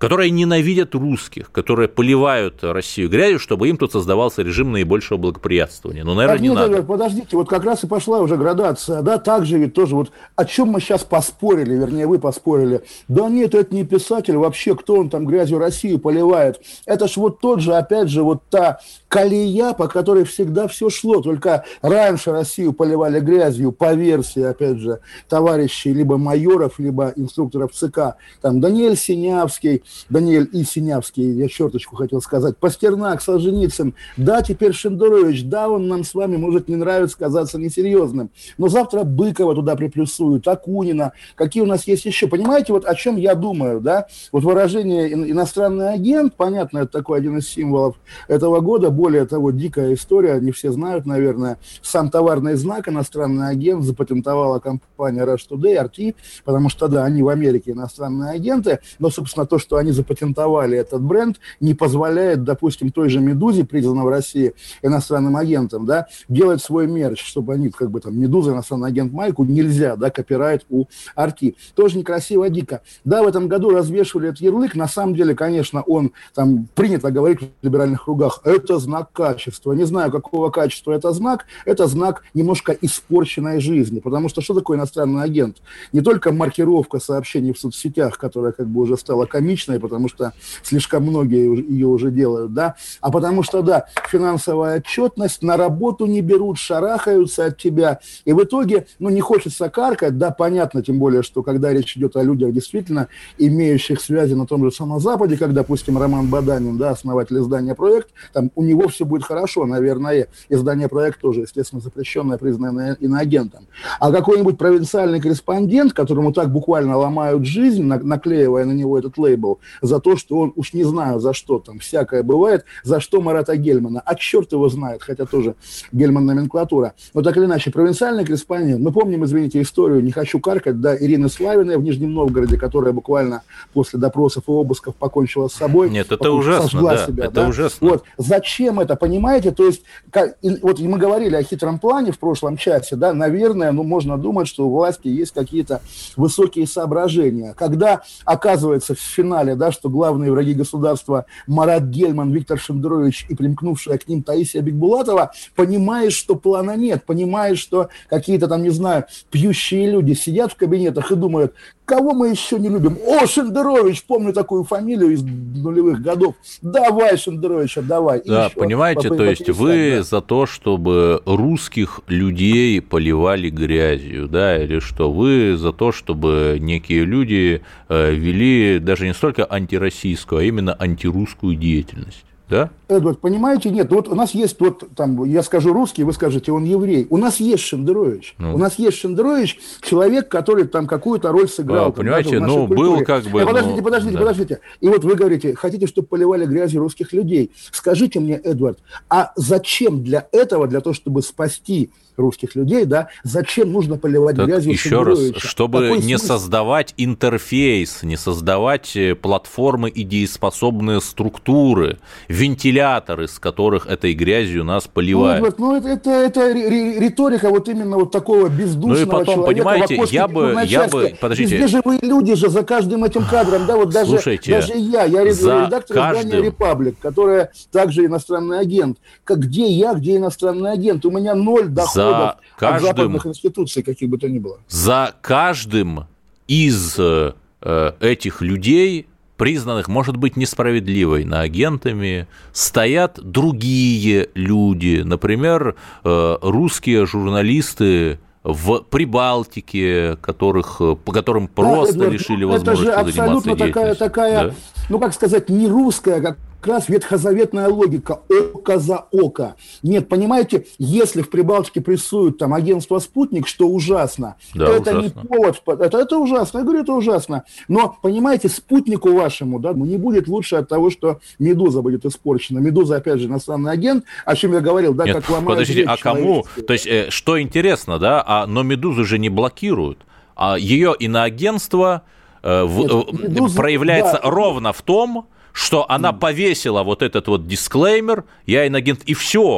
которые ненавидят русских, которые поливают Россию грязью, чтобы им тут создавался режим наибольшего благоприятствования. Ну, наверное, так, не нет, надо. Подождите, вот как раз и пошла уже градация, да, так же ведь тоже, вот о чем мы сейчас поспорили, вернее, вы поспорили. Да нет, это не писатель вообще, кто он там грязью Россию поливает. Это ж вот тот же, опять же, вот та колея, по которой всегда все шло, только раньше Россию поливали грязью по версии, опять же, товарищей либо майоров, либо инструкторов ЦК, там, Даниэль Синявский, Даниэль И. Синявский, я черточку хотел сказать, Пастернак, Солженицын, да, теперь Шендерович, да, он нам с вами может не нравится, казаться несерьезным, но завтра Быкова туда приплюсуют, Акунина, какие у нас есть еще, понимаете, вот о чем я думаю, да, вот выражение иностранный агент, понятно, это такой один из символов этого года, более того, дикая история, не все знают, наверное, сам товарный знак иностранный агент запатентовала компания Rush Today, ар ти, потому что, да, они в Америке иностранные агенты, но, собственно, то, что они запатентовали этот бренд, не позволяет, допустим, той же «Медузе», признанной в России иностранным агентом, да, делать свой мерч, чтобы они, как бы, там, «Медуза», иностранный агент майку, нельзя, да, копирайт у ар ти. Тоже некрасиво, дико. Да, в этом году развешивали этот ярлык, на самом деле, конечно, он, там, принято говорить в либеральных кругах, это знак качества. Не знаю, какого качества это знак, это знак немножко испорченной жизни, потому что что такое иностранный агент? Не только маркировка сообщений в соцсетях, которая как бы уже стала комичной, потому что слишком многие ее уже делают, да, а потому что, да, финансовая отчетность, на работу не берут, шарахаются от тебя, и в итоге, ну, не хочется каркать, да, понятно, тем более, что когда речь идет о людях, действительно, имеющих связи на том же самом Западе, как, допустим, Роман Баданин, да, основатель издания «Проект», там у него все будет хорошо, наверное, издание «Проект» тоже, естественно, запрещенное, признанное иноагентом. А какой-нибудь провинциальный корреспондент, которому так буквально ломают жизнь, наклеивая на него этот лейбл, за то, что он, уж не знаю за что, там всякое бывает, за что Марата Гельмана, а черт его знает, хотя тоже Гельман номенклатура. Но так или иначе, провинциальный корреспондент, мы помним, извините, историю, не хочу каркать, да, Ирины Славиной в Нижнем Новгороде, которая буквально после допросов и обысков покончила с собой. Нет, это ужасно, да, себя, это да? ужасно. Вот, зачем это, понимаете, то есть, как, и, вот мы говорили о хитром плане в прошлом часе, да, наверное, ну, можно думать, что у власти есть какие-то высокие соображения. Когда оказывается в финале, да, что главные враги государства Марат Гельман, Виктор Шендерович и примкнувшая к ним Таисия Бекбулатова, понимаешь, что плана нет, понимаешь, что какие-то там, не знаю, пьющие люди сидят в кабинетах и думают, кого мы еще не любим? О, Шендерович, помню такую фамилию из нулевых годов. Давай, Шендерович, давай. Да, еще понимаете, по, то есть вы да. за то, чтобы русских людей поливали грязью, да, или что? Вы за то, чтобы некие люди вели даже не столько антироссийскую, а именно антирусскую деятельность. Да? Эдвард, понимаете, нет, вот у нас есть вот там, я скажу русский, вы скажете, он еврей. У нас есть Шендерович. Ну. У нас есть Шендерович, человек, который там какую-то роль сыграл. А, там, понимаете, ну, был как бы... А, подождите, ну, подождите, да. подождите. И вот вы говорите, хотите, чтобы поливали грязью русских людей. Скажите мне, Эдвард, а зачем для этого, для того, чтобы спасти русских людей, да, зачем нужно поливать так грязью еще раз, Шендеровича? чтобы Какой не смысл? создавать интерфейс, не создавать платформы и дееспособные структуры, вентиляторы, с которых этой грязью нас поливают. Ну, это, это, это риторика вот именно вот такого бездушного ну и потом, человека. Понимаете, я бы, я бы, подождите. Везде живые люди же за каждым этим кадром, да, вот даже, Слушайте, даже я, я редактор каждым... издания «Репаблик», которая также иностранный агент. Как, где я, где иностранный агент? У меня ноль доходов за каждым... от западных институций, каких бы то ни было. За каждым из э, этих людей, признанных, может быть, несправедливо иноагентами, стоят другие люди, например, э, русские журналисты в Прибалтике, которых, по которым просто да, лишили возможности заниматься деятельностью. Это же абсолютно такая, такая да? ну, как сказать, не русская, как как раз ветхозаветная логика око за око. Нет, понимаете, если в Прибалтике прессуют там агентство «Спутник», что ужасно, да, это ужасно. не повод, это, это ужасно, я говорю, это ужасно. Но, понимаете, «Спутнику» вашему, да, не будет лучше от того, что «Медуза» будет испорчена. «Медуза», опять же, иностранный агент, о чем я говорил, да, Нет, как ломают подождите, а кому? То есть, э, что интересно, да, а, но «Медузу» же не блокируют, а ее иноагентство э, в, Нет, Медуза, проявляется да. ровно в том, что она повесила вот этот вот дисклеймер, я иноагент, и все.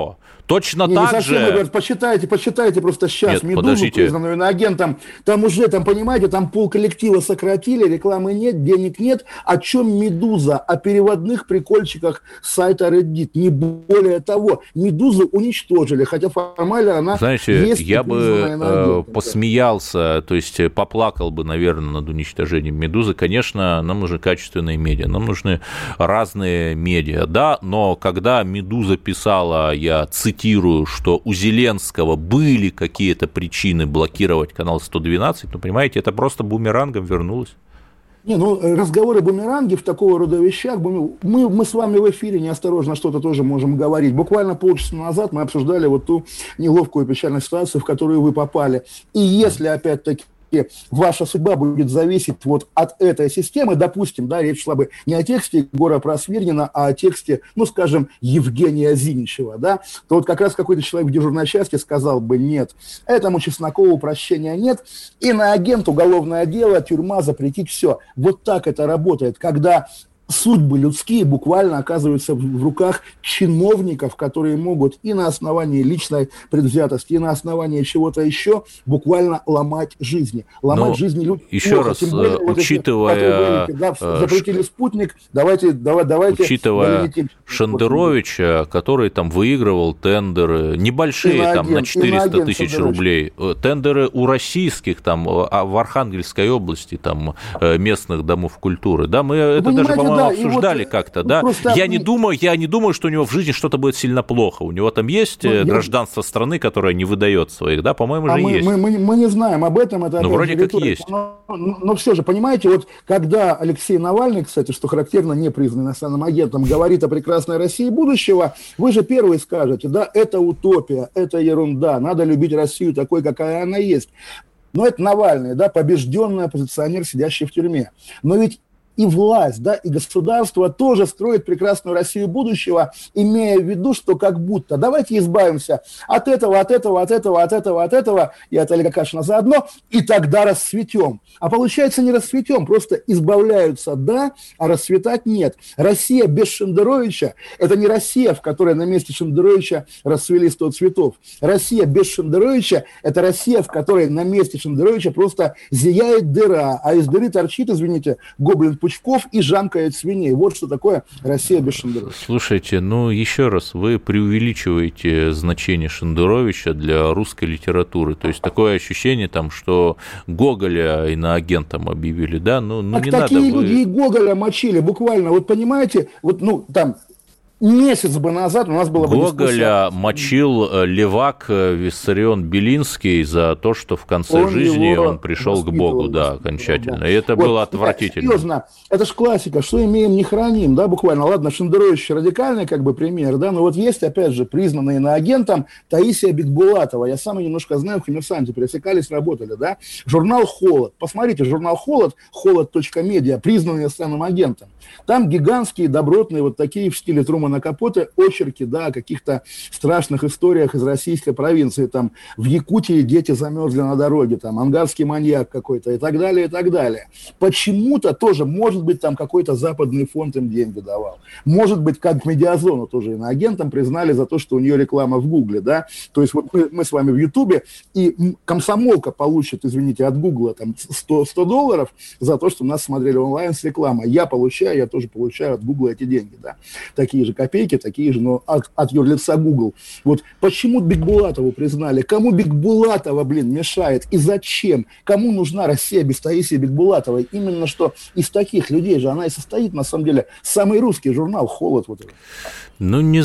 Точно не, так не же... Говорят, почитайте, почитайте просто сейчас Нет, «Медузу», подождите. признанную иноагентом. Там уже, там, понимаете, там полколлектива сократили, рекламы нет, денег нет. О чем «Медуза»? О переводных прикольчиках сайта Reddit. Не более того. «Медузу» уничтожили, хотя формально она Знаете, есть я бы э, посмеялся, то есть поплакал бы, наверное, над уничтожением «Медузы». Конечно, нам нужны качественные медиа, нам нужны разные медиа, да, но когда «Медуза» писала, я цитирую, что у Зеленского были какие-то причины блокировать канал сто двенадцать, ну, понимаете, это просто бумерангом вернулось. Не, ну, разговоры бумеранги в такого рода вещах, мы, мы с вами в эфире неосторожно что-то тоже можем говорить. Буквально полчаса назад мы обсуждали вот ту неловкую печальную ситуацию, в которую вы попали. И если, опять-таки, ваша судьба будет зависеть вот от этой системы, допустим, да, речь шла бы не о тексте Егора Просвирнина, а о тексте, ну, скажем, Евгения Зиничева, да, то вот как раз какой-то человек в дежурной части сказал бы нет, этому Чеснокову прощения нет, иноагент, уголовное дело, тюрьма, запретить все. Вот так это работает, когда судьбы людские буквально оказываются в руках чиновников, которые могут и на основании личной предвзятости, и на основании чего-то еще буквально ломать жизни. Ломать Но жизни людей. Еще раз, Тем более, учитывая... Вот эти, да, запретили спутник, давайте... давай, давайте учитывая Шендеровича, который там выигрывал тендеры, небольшие, иноагент, там, на четыреста тысяч рублей, тендеры у российских, там, в Архангельской области, там, местных домов культуры, да, мы это даже, по-моему, да, обсуждали вот, как-то, да. Я не думаю, я не думаю, что у него в жизни что-то будет сильно плохо. У него там есть ну, гражданство я... страны, которое не выдает своих, да, по-моему, а же мы, есть. Мы, мы, мы не знаем об этом, это. Ну, вроде как есть. Но, но, но все же, понимаете, вот когда Алексей Навальный, кстати, что характерно, не признанный иностранным агентом, говорит о прекрасной России будущего, вы же первые скажете, да, это утопия, это ерунда, надо любить Россию такой, какая она есть. Но это Навальный, да, побежденный оппозиционер, сидящий в тюрьме. Но ведь и власть, да, и государство тоже строит прекрасную Россию будущего, имея в виду, что как будто давайте избавимся от этого, от этого, от этого, от этого, от этого, и от Олега Кашина заодно, и тогда расцветем. А получается, не расцветем, просто избавляются, да, а расцветать нет. Россия без Шендеровича – это не Россия, в которой на месте Шендеровича расцвели сто цветов. Россия без Шендеровича – это Россия, в которой на месте Шендеровича просто зияет дыра, а из дыры торчит, извините, гоблин Пучков и жамкает свиней. Вот что такое Россия без Шендеровича. Слушайте, ну еще раз, вы преувеличиваете значение Шендеровича для русской литературы. То есть такое ощущение, там, что Гоголя иноагентом объявили, да? Ну, ну так не такие надо. люди вы... и Гоголя мочили, буквально. Вот понимаете, вот, ну, там... Месяц бы назад у нас было бы Гоголя мочил Левак Виссарион Белинский за то, что в конце он жизни он пришел к Богу, да, окончательно. Да. И это вот, было отвратительно. Серьезно, это же классика, что имеем, не храним, да, буквально. Ладно, Шендерович радикальный как бы пример, да, но вот есть, опять же, признанная иноагентом Таисия Бекбулатова. Я сам немножко знаю, в «Коммерсанте» пересекались, работали, да. Журнал «Холод». Посмотрите, журнал «Холод», холод точка медиа, признанный иностранным агентом. Там гигантские, добротные, вот такие в стиле Трумана Капоте очерки, да, о каких-то страшных историях из российской провинции, там, в Якутии дети замерзли на дороге, там, ангарский маньяк какой-то и так далее, и так далее. Почему-то тоже, может быть, там какой-то западный фонд им деньги давал. Может быть, как Медиазону тоже иноагентом признали за то, что у нее реклама в Гугле, да. То есть вот мы, мы с вами в Ютубе, и комсомолка получит, извините, от Гугла там сто, сто долларов за то, что нас смотрели онлайн с рекламой. Я получаю, я тоже получаю от Гугла эти деньги, да. Такие же копейки, такие же, но от, от юрлица Google. Вот почему Бекбулатову признали? Кому Бекбулатова, блин, мешает? И зачем? Кому нужна Россия без Таисии Бекбулатовой? Именно что из таких людей же она и состоит, на самом деле, самый русский журнал «Холод». Вот этот. Ну, не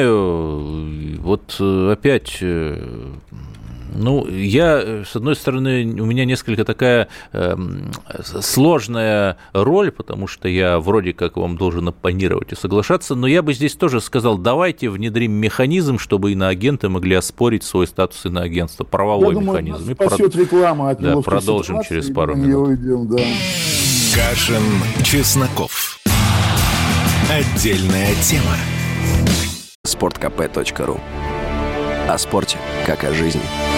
знаю, вот опять... Ну, я, с одной стороны, у меня несколько такая э, сложная роль, потому что я вроде как вам должен оппонировать и соглашаться, но я бы здесь тоже сказал, давайте внедрим механизм, чтобы иноагенты могли оспорить свой статус иноагентства, правовой я механизм. Думаю, спасет прод... реклама от да, продолжим через пару минут. Уйдем, да. Кашин, Чесноков. Отдельная тема. спорт ка пэ точка ру. О спорте, как о жизни.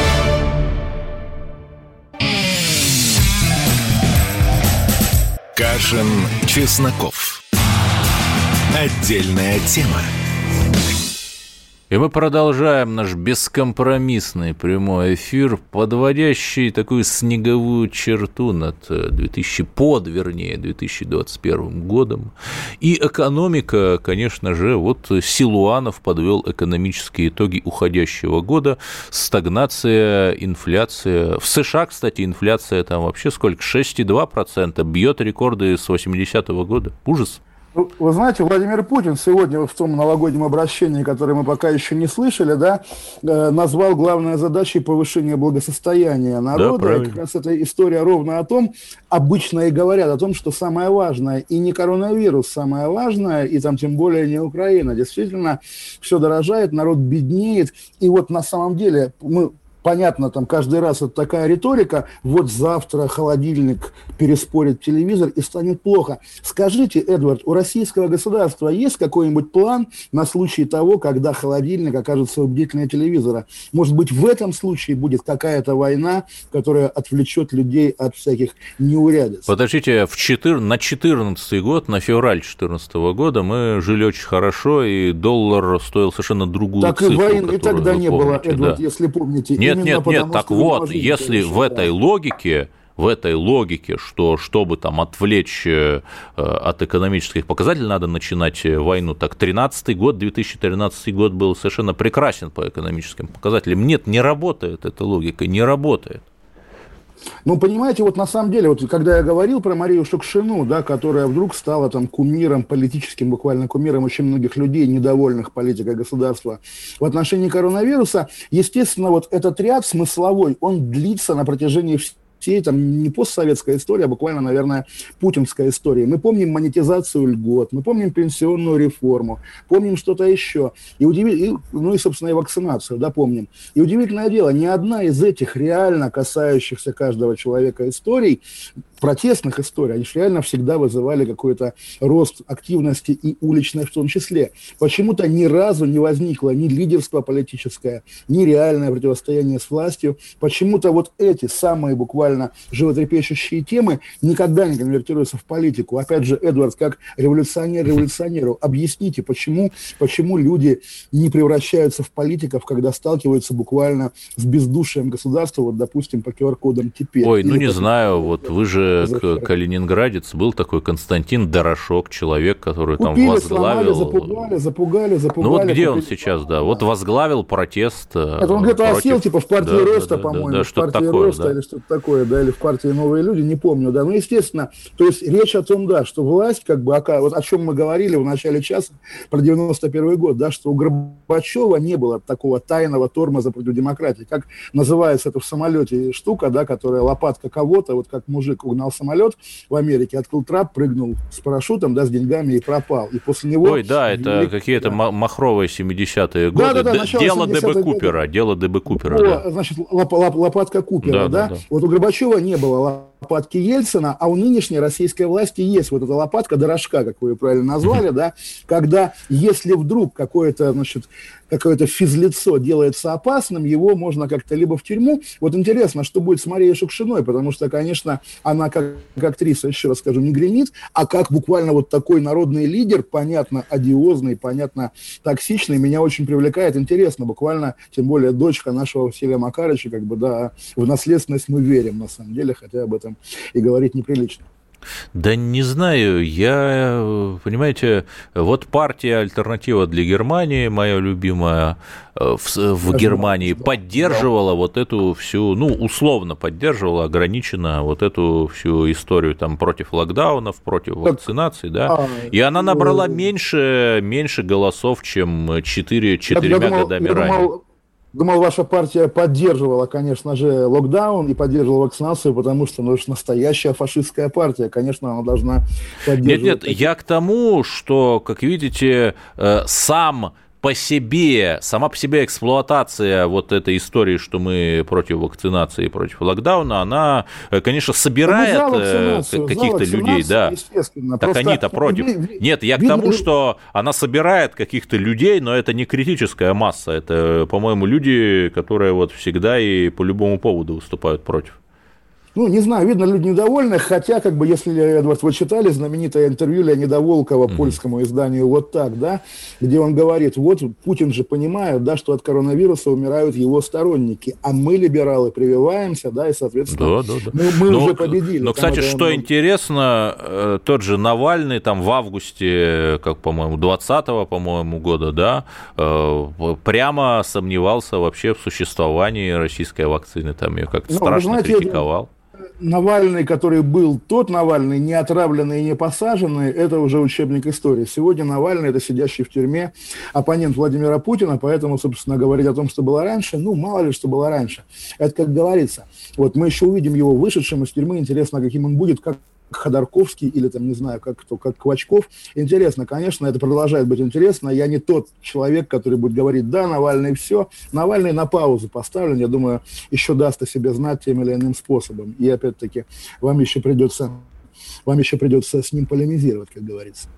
Кашин, Чесноков. Отдельная тема. И И мы продолжаем наш бескомпромиссный прямой эфир, подводящий такую снеговую черту над две тысячи, под, вернее, две тысячи двадцать первым годом. И экономика, конечно же, вот Силуанов подвел экономические итоги уходящего года. Стагнация, инфляция. В США, кстати, инфляция там вообще сколько? шесть целых два десятых процента. Бьет рекорды с восьмидесятого года. Ужас. Вы знаете, Владимир Путин сегодня в том новогоднем обращении, которое мы пока еще не слышали, да, назвал главной задачей повышение благосостояния народа. Да, и как раз эта история ровно о том, обычно и говорят о том, что самое важное, и не коронавирус самое важное, и там тем более не Украина. Действительно, все дорожает, народ беднеет. И вот на самом деле мы... Понятно, там каждый раз это такая риторика, вот завтра холодильник переспорит телевизор и станет плохо. Скажите, Эдвард, у российского государства есть какой-нибудь план на случай того, когда холодильник окажется убедительнее телевизора? Может быть, в этом случае будет какая-то война, которая отвлечет людей от всяких неурядиц? Подождите, в четыр... на четырнадцатый год, на февраль четырнадцатого года мы жили очень хорошо, и доллар стоил совершенно другую так цифру. Так и войны тогда не было, Эдвард, да. Если помните. Нет, Нет, потому, нет, так вот, если в этой логике, в этой логике, что чтобы там отвлечь э, от экономических показателей, надо начинать войну, так тринадцатый год, две тысячи тринадцатый год был совершенно прекрасен по экономическим показателям. Нет, не работает эта логика, не работает. Ну, понимаете, вот на самом деле, вот когда я говорил про Марию Шукшину, да, которая вдруг стала там кумиром, политическим буквально кумиром очень многих людей, недовольных политикой государства в отношении коронавируса, естественно, вот этот ряд смысловой, он длится на протяжении всей всей там не постсоветская история, а буквально, наверное, путинская история. Мы помним монетизацию льгот, мы помним пенсионную реформу, помним что-то еще. И удив... и, ну и, собственно, и вакцинацию, да, помним. И удивительное дело, ни одна из этих реально касающихся каждого человека историй, протестных историй, они реально всегда вызывали какой-то рост активности и уличной в том числе. Почему-то ни разу не возникло ни лидерство политическое, ни реальное противостояние с властью. Почему-то вот эти самые буквально животрепещущие темы никогда не конвертируются в политику. Опять же, Эдвард, как революционер революционеру, объясните, почему, почему люди не превращаются в политиков, когда сталкиваются буквально с бездушием государства, вот, допустим, по ку ар кодам теперь. Ой, ну не знаю, вот вы же калининградец, был такой Константин Дорошок, человек, который Купили, там возглавил... Сломали, запугали, запугали, запугали. Ну вот где купили... он сейчас, да, вот возглавил протест. Это он где-то против... осел, типа в партии да, Роста, да, по-моему, да, да, в партии такое, Роста да. или что-то такое, да, или в партии Новые люди, не помню, да. Ну, естественно, то есть речь о том, да, что власть, как бы, вот о чем мы говорили в начале часа про девяносто первый год, да, что у Горбачева не было такого тайного тормоза против демократии, как называется это в самолете штука, да, которая лопатка кого-то, вот как мужик угнал самолет в Америке, открыл трап, прыгнул с парашютом, да, с деньгами и пропал. И после него... Ой, да, это велик... какие-то да. махровые семидесятые годы. Да, да, да, дело ДБ Купера, дело ДБ Купера. О, да. Значит, лоп, лоп, лопатка Купера, да, да? Да, да. Вот у Горбачева не было лопатки Ельцина, а у нынешней российской власти есть вот эта лопатка Дорошка, как вы ее правильно назвали, да, когда если вдруг какое-то, значит, какое-то физлицо делается опасным, его можно как-то либо в тюрьму. Вот интересно, что будет с Марией Шукшиной, потому что, конечно, она как, как актриса, еще раз скажу, не гремит, а как буквально вот такой народный лидер, понятно, одиозный, понятно, токсичный, меня очень привлекает, интересно, буквально, тем более дочка нашего Василия Макарыча, как бы, да, в наследственность мы верим, на самом деле, хотя об этом и говорить неприлично. Да не знаю, я, понимаете, вот партия «Альтернатива для Германии», моя любимая, в, в Германии поддерживала да. вот эту всю, ну, условно поддерживала, ограниченно вот эту всю историю там против локдаунов, против вакцинации, да, а, и она набрала ну... меньше, меньше голосов, чем четыре, четырьмя думал, годами ранее. Думал... Думал, ваша партия поддерживала, конечно же, локдаун и поддерживала вакцинацию, потому что, ну, это настоящая фашистская партия. Конечно, она должна поддерживать... Нет, нет, я к тому, что, как видите, сам... по себе, сама по себе эксплуатация вот этой истории, что мы против вакцинации, против локдауна, она, конечно, собирает ну, каких-то людей, да. Так просто они-то против. Ви- Нет, я ви- к тому, ви- что она собирает каких-то людей, но это не критическая масса, это, по-моему, люди, которые вот всегда и по любому поводу выступают против. Ну, не знаю, видно, люди недовольны, хотя, как бы, если, Эдвард, вы читали знаменитое интервью Леонида Волкова mm-hmm. польскому изданию «Вот так», да, где он говорит, вот Путин же понимает, да, что от коронавируса умирают его сторонники, а мы, либералы, прививаемся, да, и, соответственно, да, да, да. мы, мы но, уже победили. Но, кстати, это, что ну... интересно, тот же Навальный там в августе, как, по-моему, двадцатого, по-моему, года, да, прямо сомневался вообще в существовании российской вакцины, там ее как-то ну, страшно знаете, критиковал. Навальный, который был тот Навальный, не отравленный и не посаженный, это уже учебник истории. Сегодня Навальный – это сидящий в тюрьме оппонент Владимира Путина, поэтому, собственно, говорить о том, что было раньше, ну, мало ли, что было раньше. Это как говорится. Вот мы еще увидим его вышедшим из тюрьмы, интересно, каким он будет, как Ходорковский или, там, не знаю, как кто, как Квачков. Интересно, конечно, это продолжает быть интересно. Я не тот человек, который будет говорить, да, Навальный все. Навальный на паузу поставлен, я думаю, еще даст о себе знать тем или иным способом. И опять-таки, вам еще придется, вам еще придется с ним полемизировать, как говорится.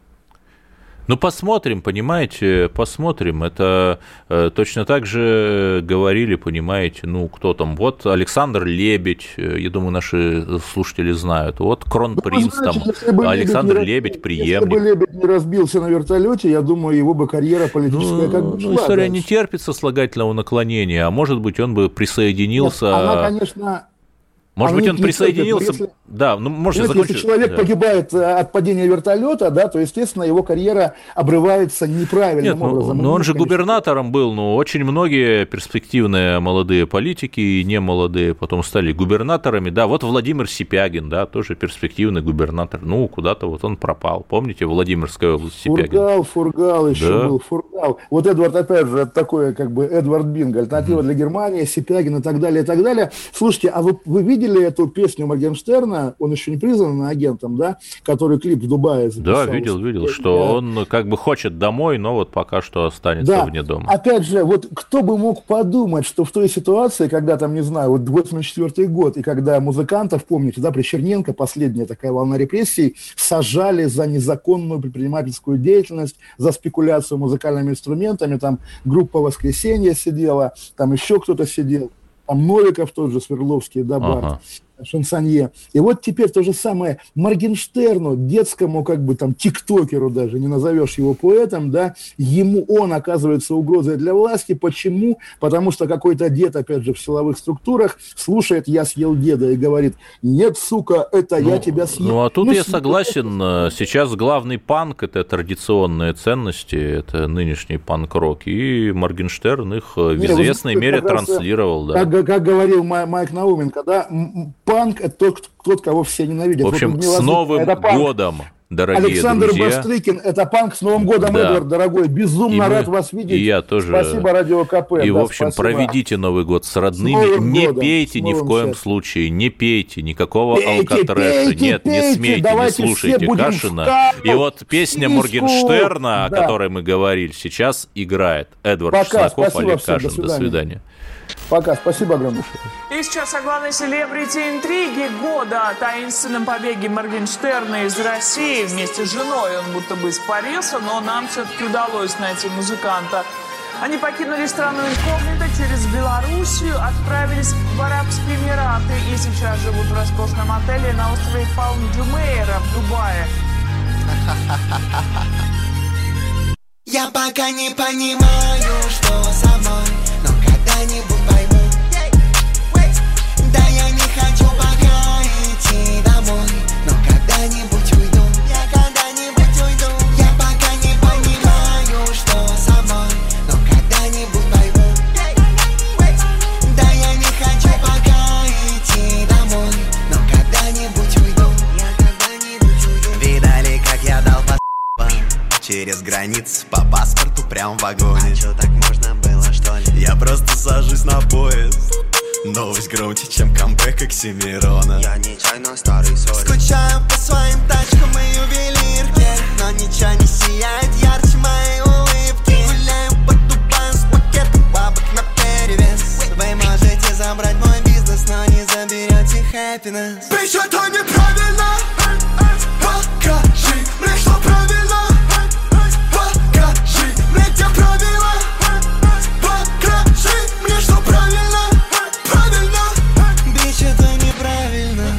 Ну, посмотрим, понимаете, посмотрим. Это э, точно так же говорили, понимаете, ну, кто там. Вот Александр Лебедь, я думаю, наши слушатели знают. Вот Кронпринц, ну, знаете, там, Александр Лебедь, Лебедь преемник. Если бы Лебедь не разбился на вертолете, я думаю, его бы карьера политическая ну, как бы шла. Ну, история дальше. Не терпит сослагательного наклонения, а может быть, он бы присоединился... Нет, она, конечно... Может быть, он присоединился... Терпят, если, да, ну, можете закончить. Если человек да. погибает от падения вертолета, да, то, естественно, его карьера обрывается неправильным Нет, образом. Но, но он же губернатором был, но очень многие перспективные молодые политики и немолодые потом стали губернаторами. Да, вот Владимир Сипягин, да, тоже перспективный губернатор. Ну, куда-то вот он пропал. Помните, Владимирская область Сипягин? Фургал, Фургал еще да. был, Фургал. Вот Эдвард, опять же, это такое, как бы, Эдвард Бинг, альтернатива mm-hmm. для Германии, Сипягин и так далее, и так далее. Слушайте, а вы, вы видели эту песню Моргенштерна, он еще не признан агентом, да, который клип в Дубае записал. Да, видел, видел, что да. он как бы хочет домой, но вот пока что останется да. вне дома. Опять же, вот кто бы мог подумать, что в той ситуации, когда там, не знаю, вот восемьдесят четвёртый год, и когда музыкантов, помните, да, при Черненко, последняя такая волна репрессий, сажали за незаконную предпринимательскую деятельность, за спекуляцию музыкальными инструментами, там группа «Воскресенье» сидела, там еще кто-то сидел. Там Новиков тот же, Свердловский, да, Барт, ага. шансонье. И вот теперь то же самое Моргенштерну, детскому, как бы там, тиктокеру даже, не назовешь его поэтом, да, ему он оказывается угрозой для власти. Почему? Потому что какой-то дед, опять же, в силовых структурах слушает «Я съел деда» и говорит: нет, сука, это ну, я тебя съел. Ну, а тут ну, я сука, согласен. это... Сейчас главный панк – это традиционные ценности, это нынешний панк-рок, и Моргенштерн их в не, известной вот, мере транслировал. Да. Как, как говорил Майк Науменко, да, панк – это тот, тот, кого все ненавидят. В общем, вот, с Новым годом, дорогие Александр друзья. Александр Бастрыкин – это панк. С Новым годом, да. Эдвард, дорогой. Безумно и рад мы, вас видеть. И я тоже. Спасибо, Радио КП. И, да, в общем, спасибо. проведите Новый год с родными. С не годом, пейте ни в коем счастьем. случае, не пейте никакого пейте, алкотрэша. Пейте, Нет, пейте, не смейте, не слушайте Кашина. И вот песня Моргенштерна, о да. которой мы говорили, сейчас играет. Эдвард Пока, Чесноков, Олег всем, Кашин. До свидания. До свидания. Пока, спасибо огромное. И сейчас о главной селебрити интриги года, таинственном побеге Моргенштерна из России. Вместе с женой он будто бы испарился, но нам все-таки удалось найти музыканта. Они покинули страну инкогнито, через Белоруссию отправились в Арабские Эмираты и сейчас живут в роскошном отеле на острове Палм-Джумейра в Дубае. Я пока не понимаю, что со мной, но когда-нибудь пойму. Да я не хочу пока идти домой, но когда-нибудь уйду. Я когда-нибудь уйду. Я пока не понимаю, что со мной, но когда-нибудь пойму. Да я не хочу пока идти домой, но когда-нибудь уйду. Я когда-нибудь уйду. Видали, как я дал по через границы по паспорту прям в вагоне. А чё, так можно было, что ли? Я просто сажусь на поезд. Новость громче, чем камбэк Оксимирона. Я нечаянно старый сори. Скучаю по своим тачкам и ювелирке, но ничего не сияет ярче моей улыбки. Гуляю по Дубаю с пакетом бабок наперевес. Вы можете забрать мой бизнес, но не заберете happiness. Bitch, это неправильно. Покажи мне, что правильно. Покажи мне, где правила. Покажи мне, что правильно. Правильно. Бич, это неправильно.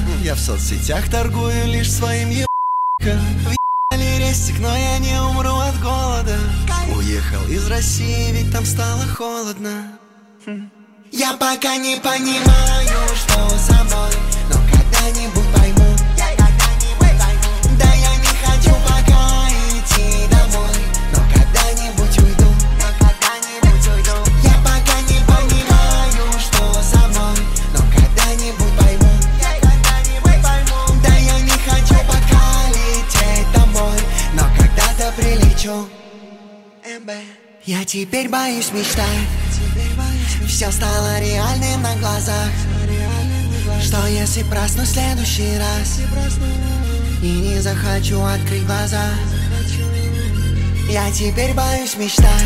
торгую лишь своим ебаном. Въебали рестик, но я не умру от голода. Уехал из России, ведь там стало холодно. Я пока не понимаю, что со мной, но когда-нибудь пойму. Да я не хочу пока идти домой, но когда-нибудь уйду. Я пока не понимаю, что со мной, но когда-нибудь пойму. Да я не хочу пока лететь домой, но когда-то прилечу. Я теперь боюсь мечтать, все стало реальным на глазах. Что если проснусь в следующий раз и не захочу открыть глаза? Я теперь боюсь мечтать.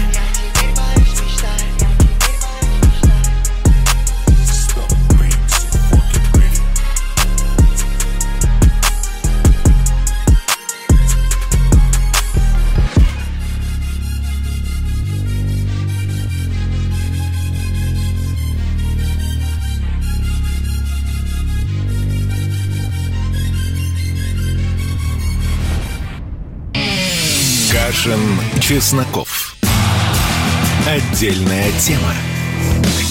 Кашин, Чесноков. Отдельная тема.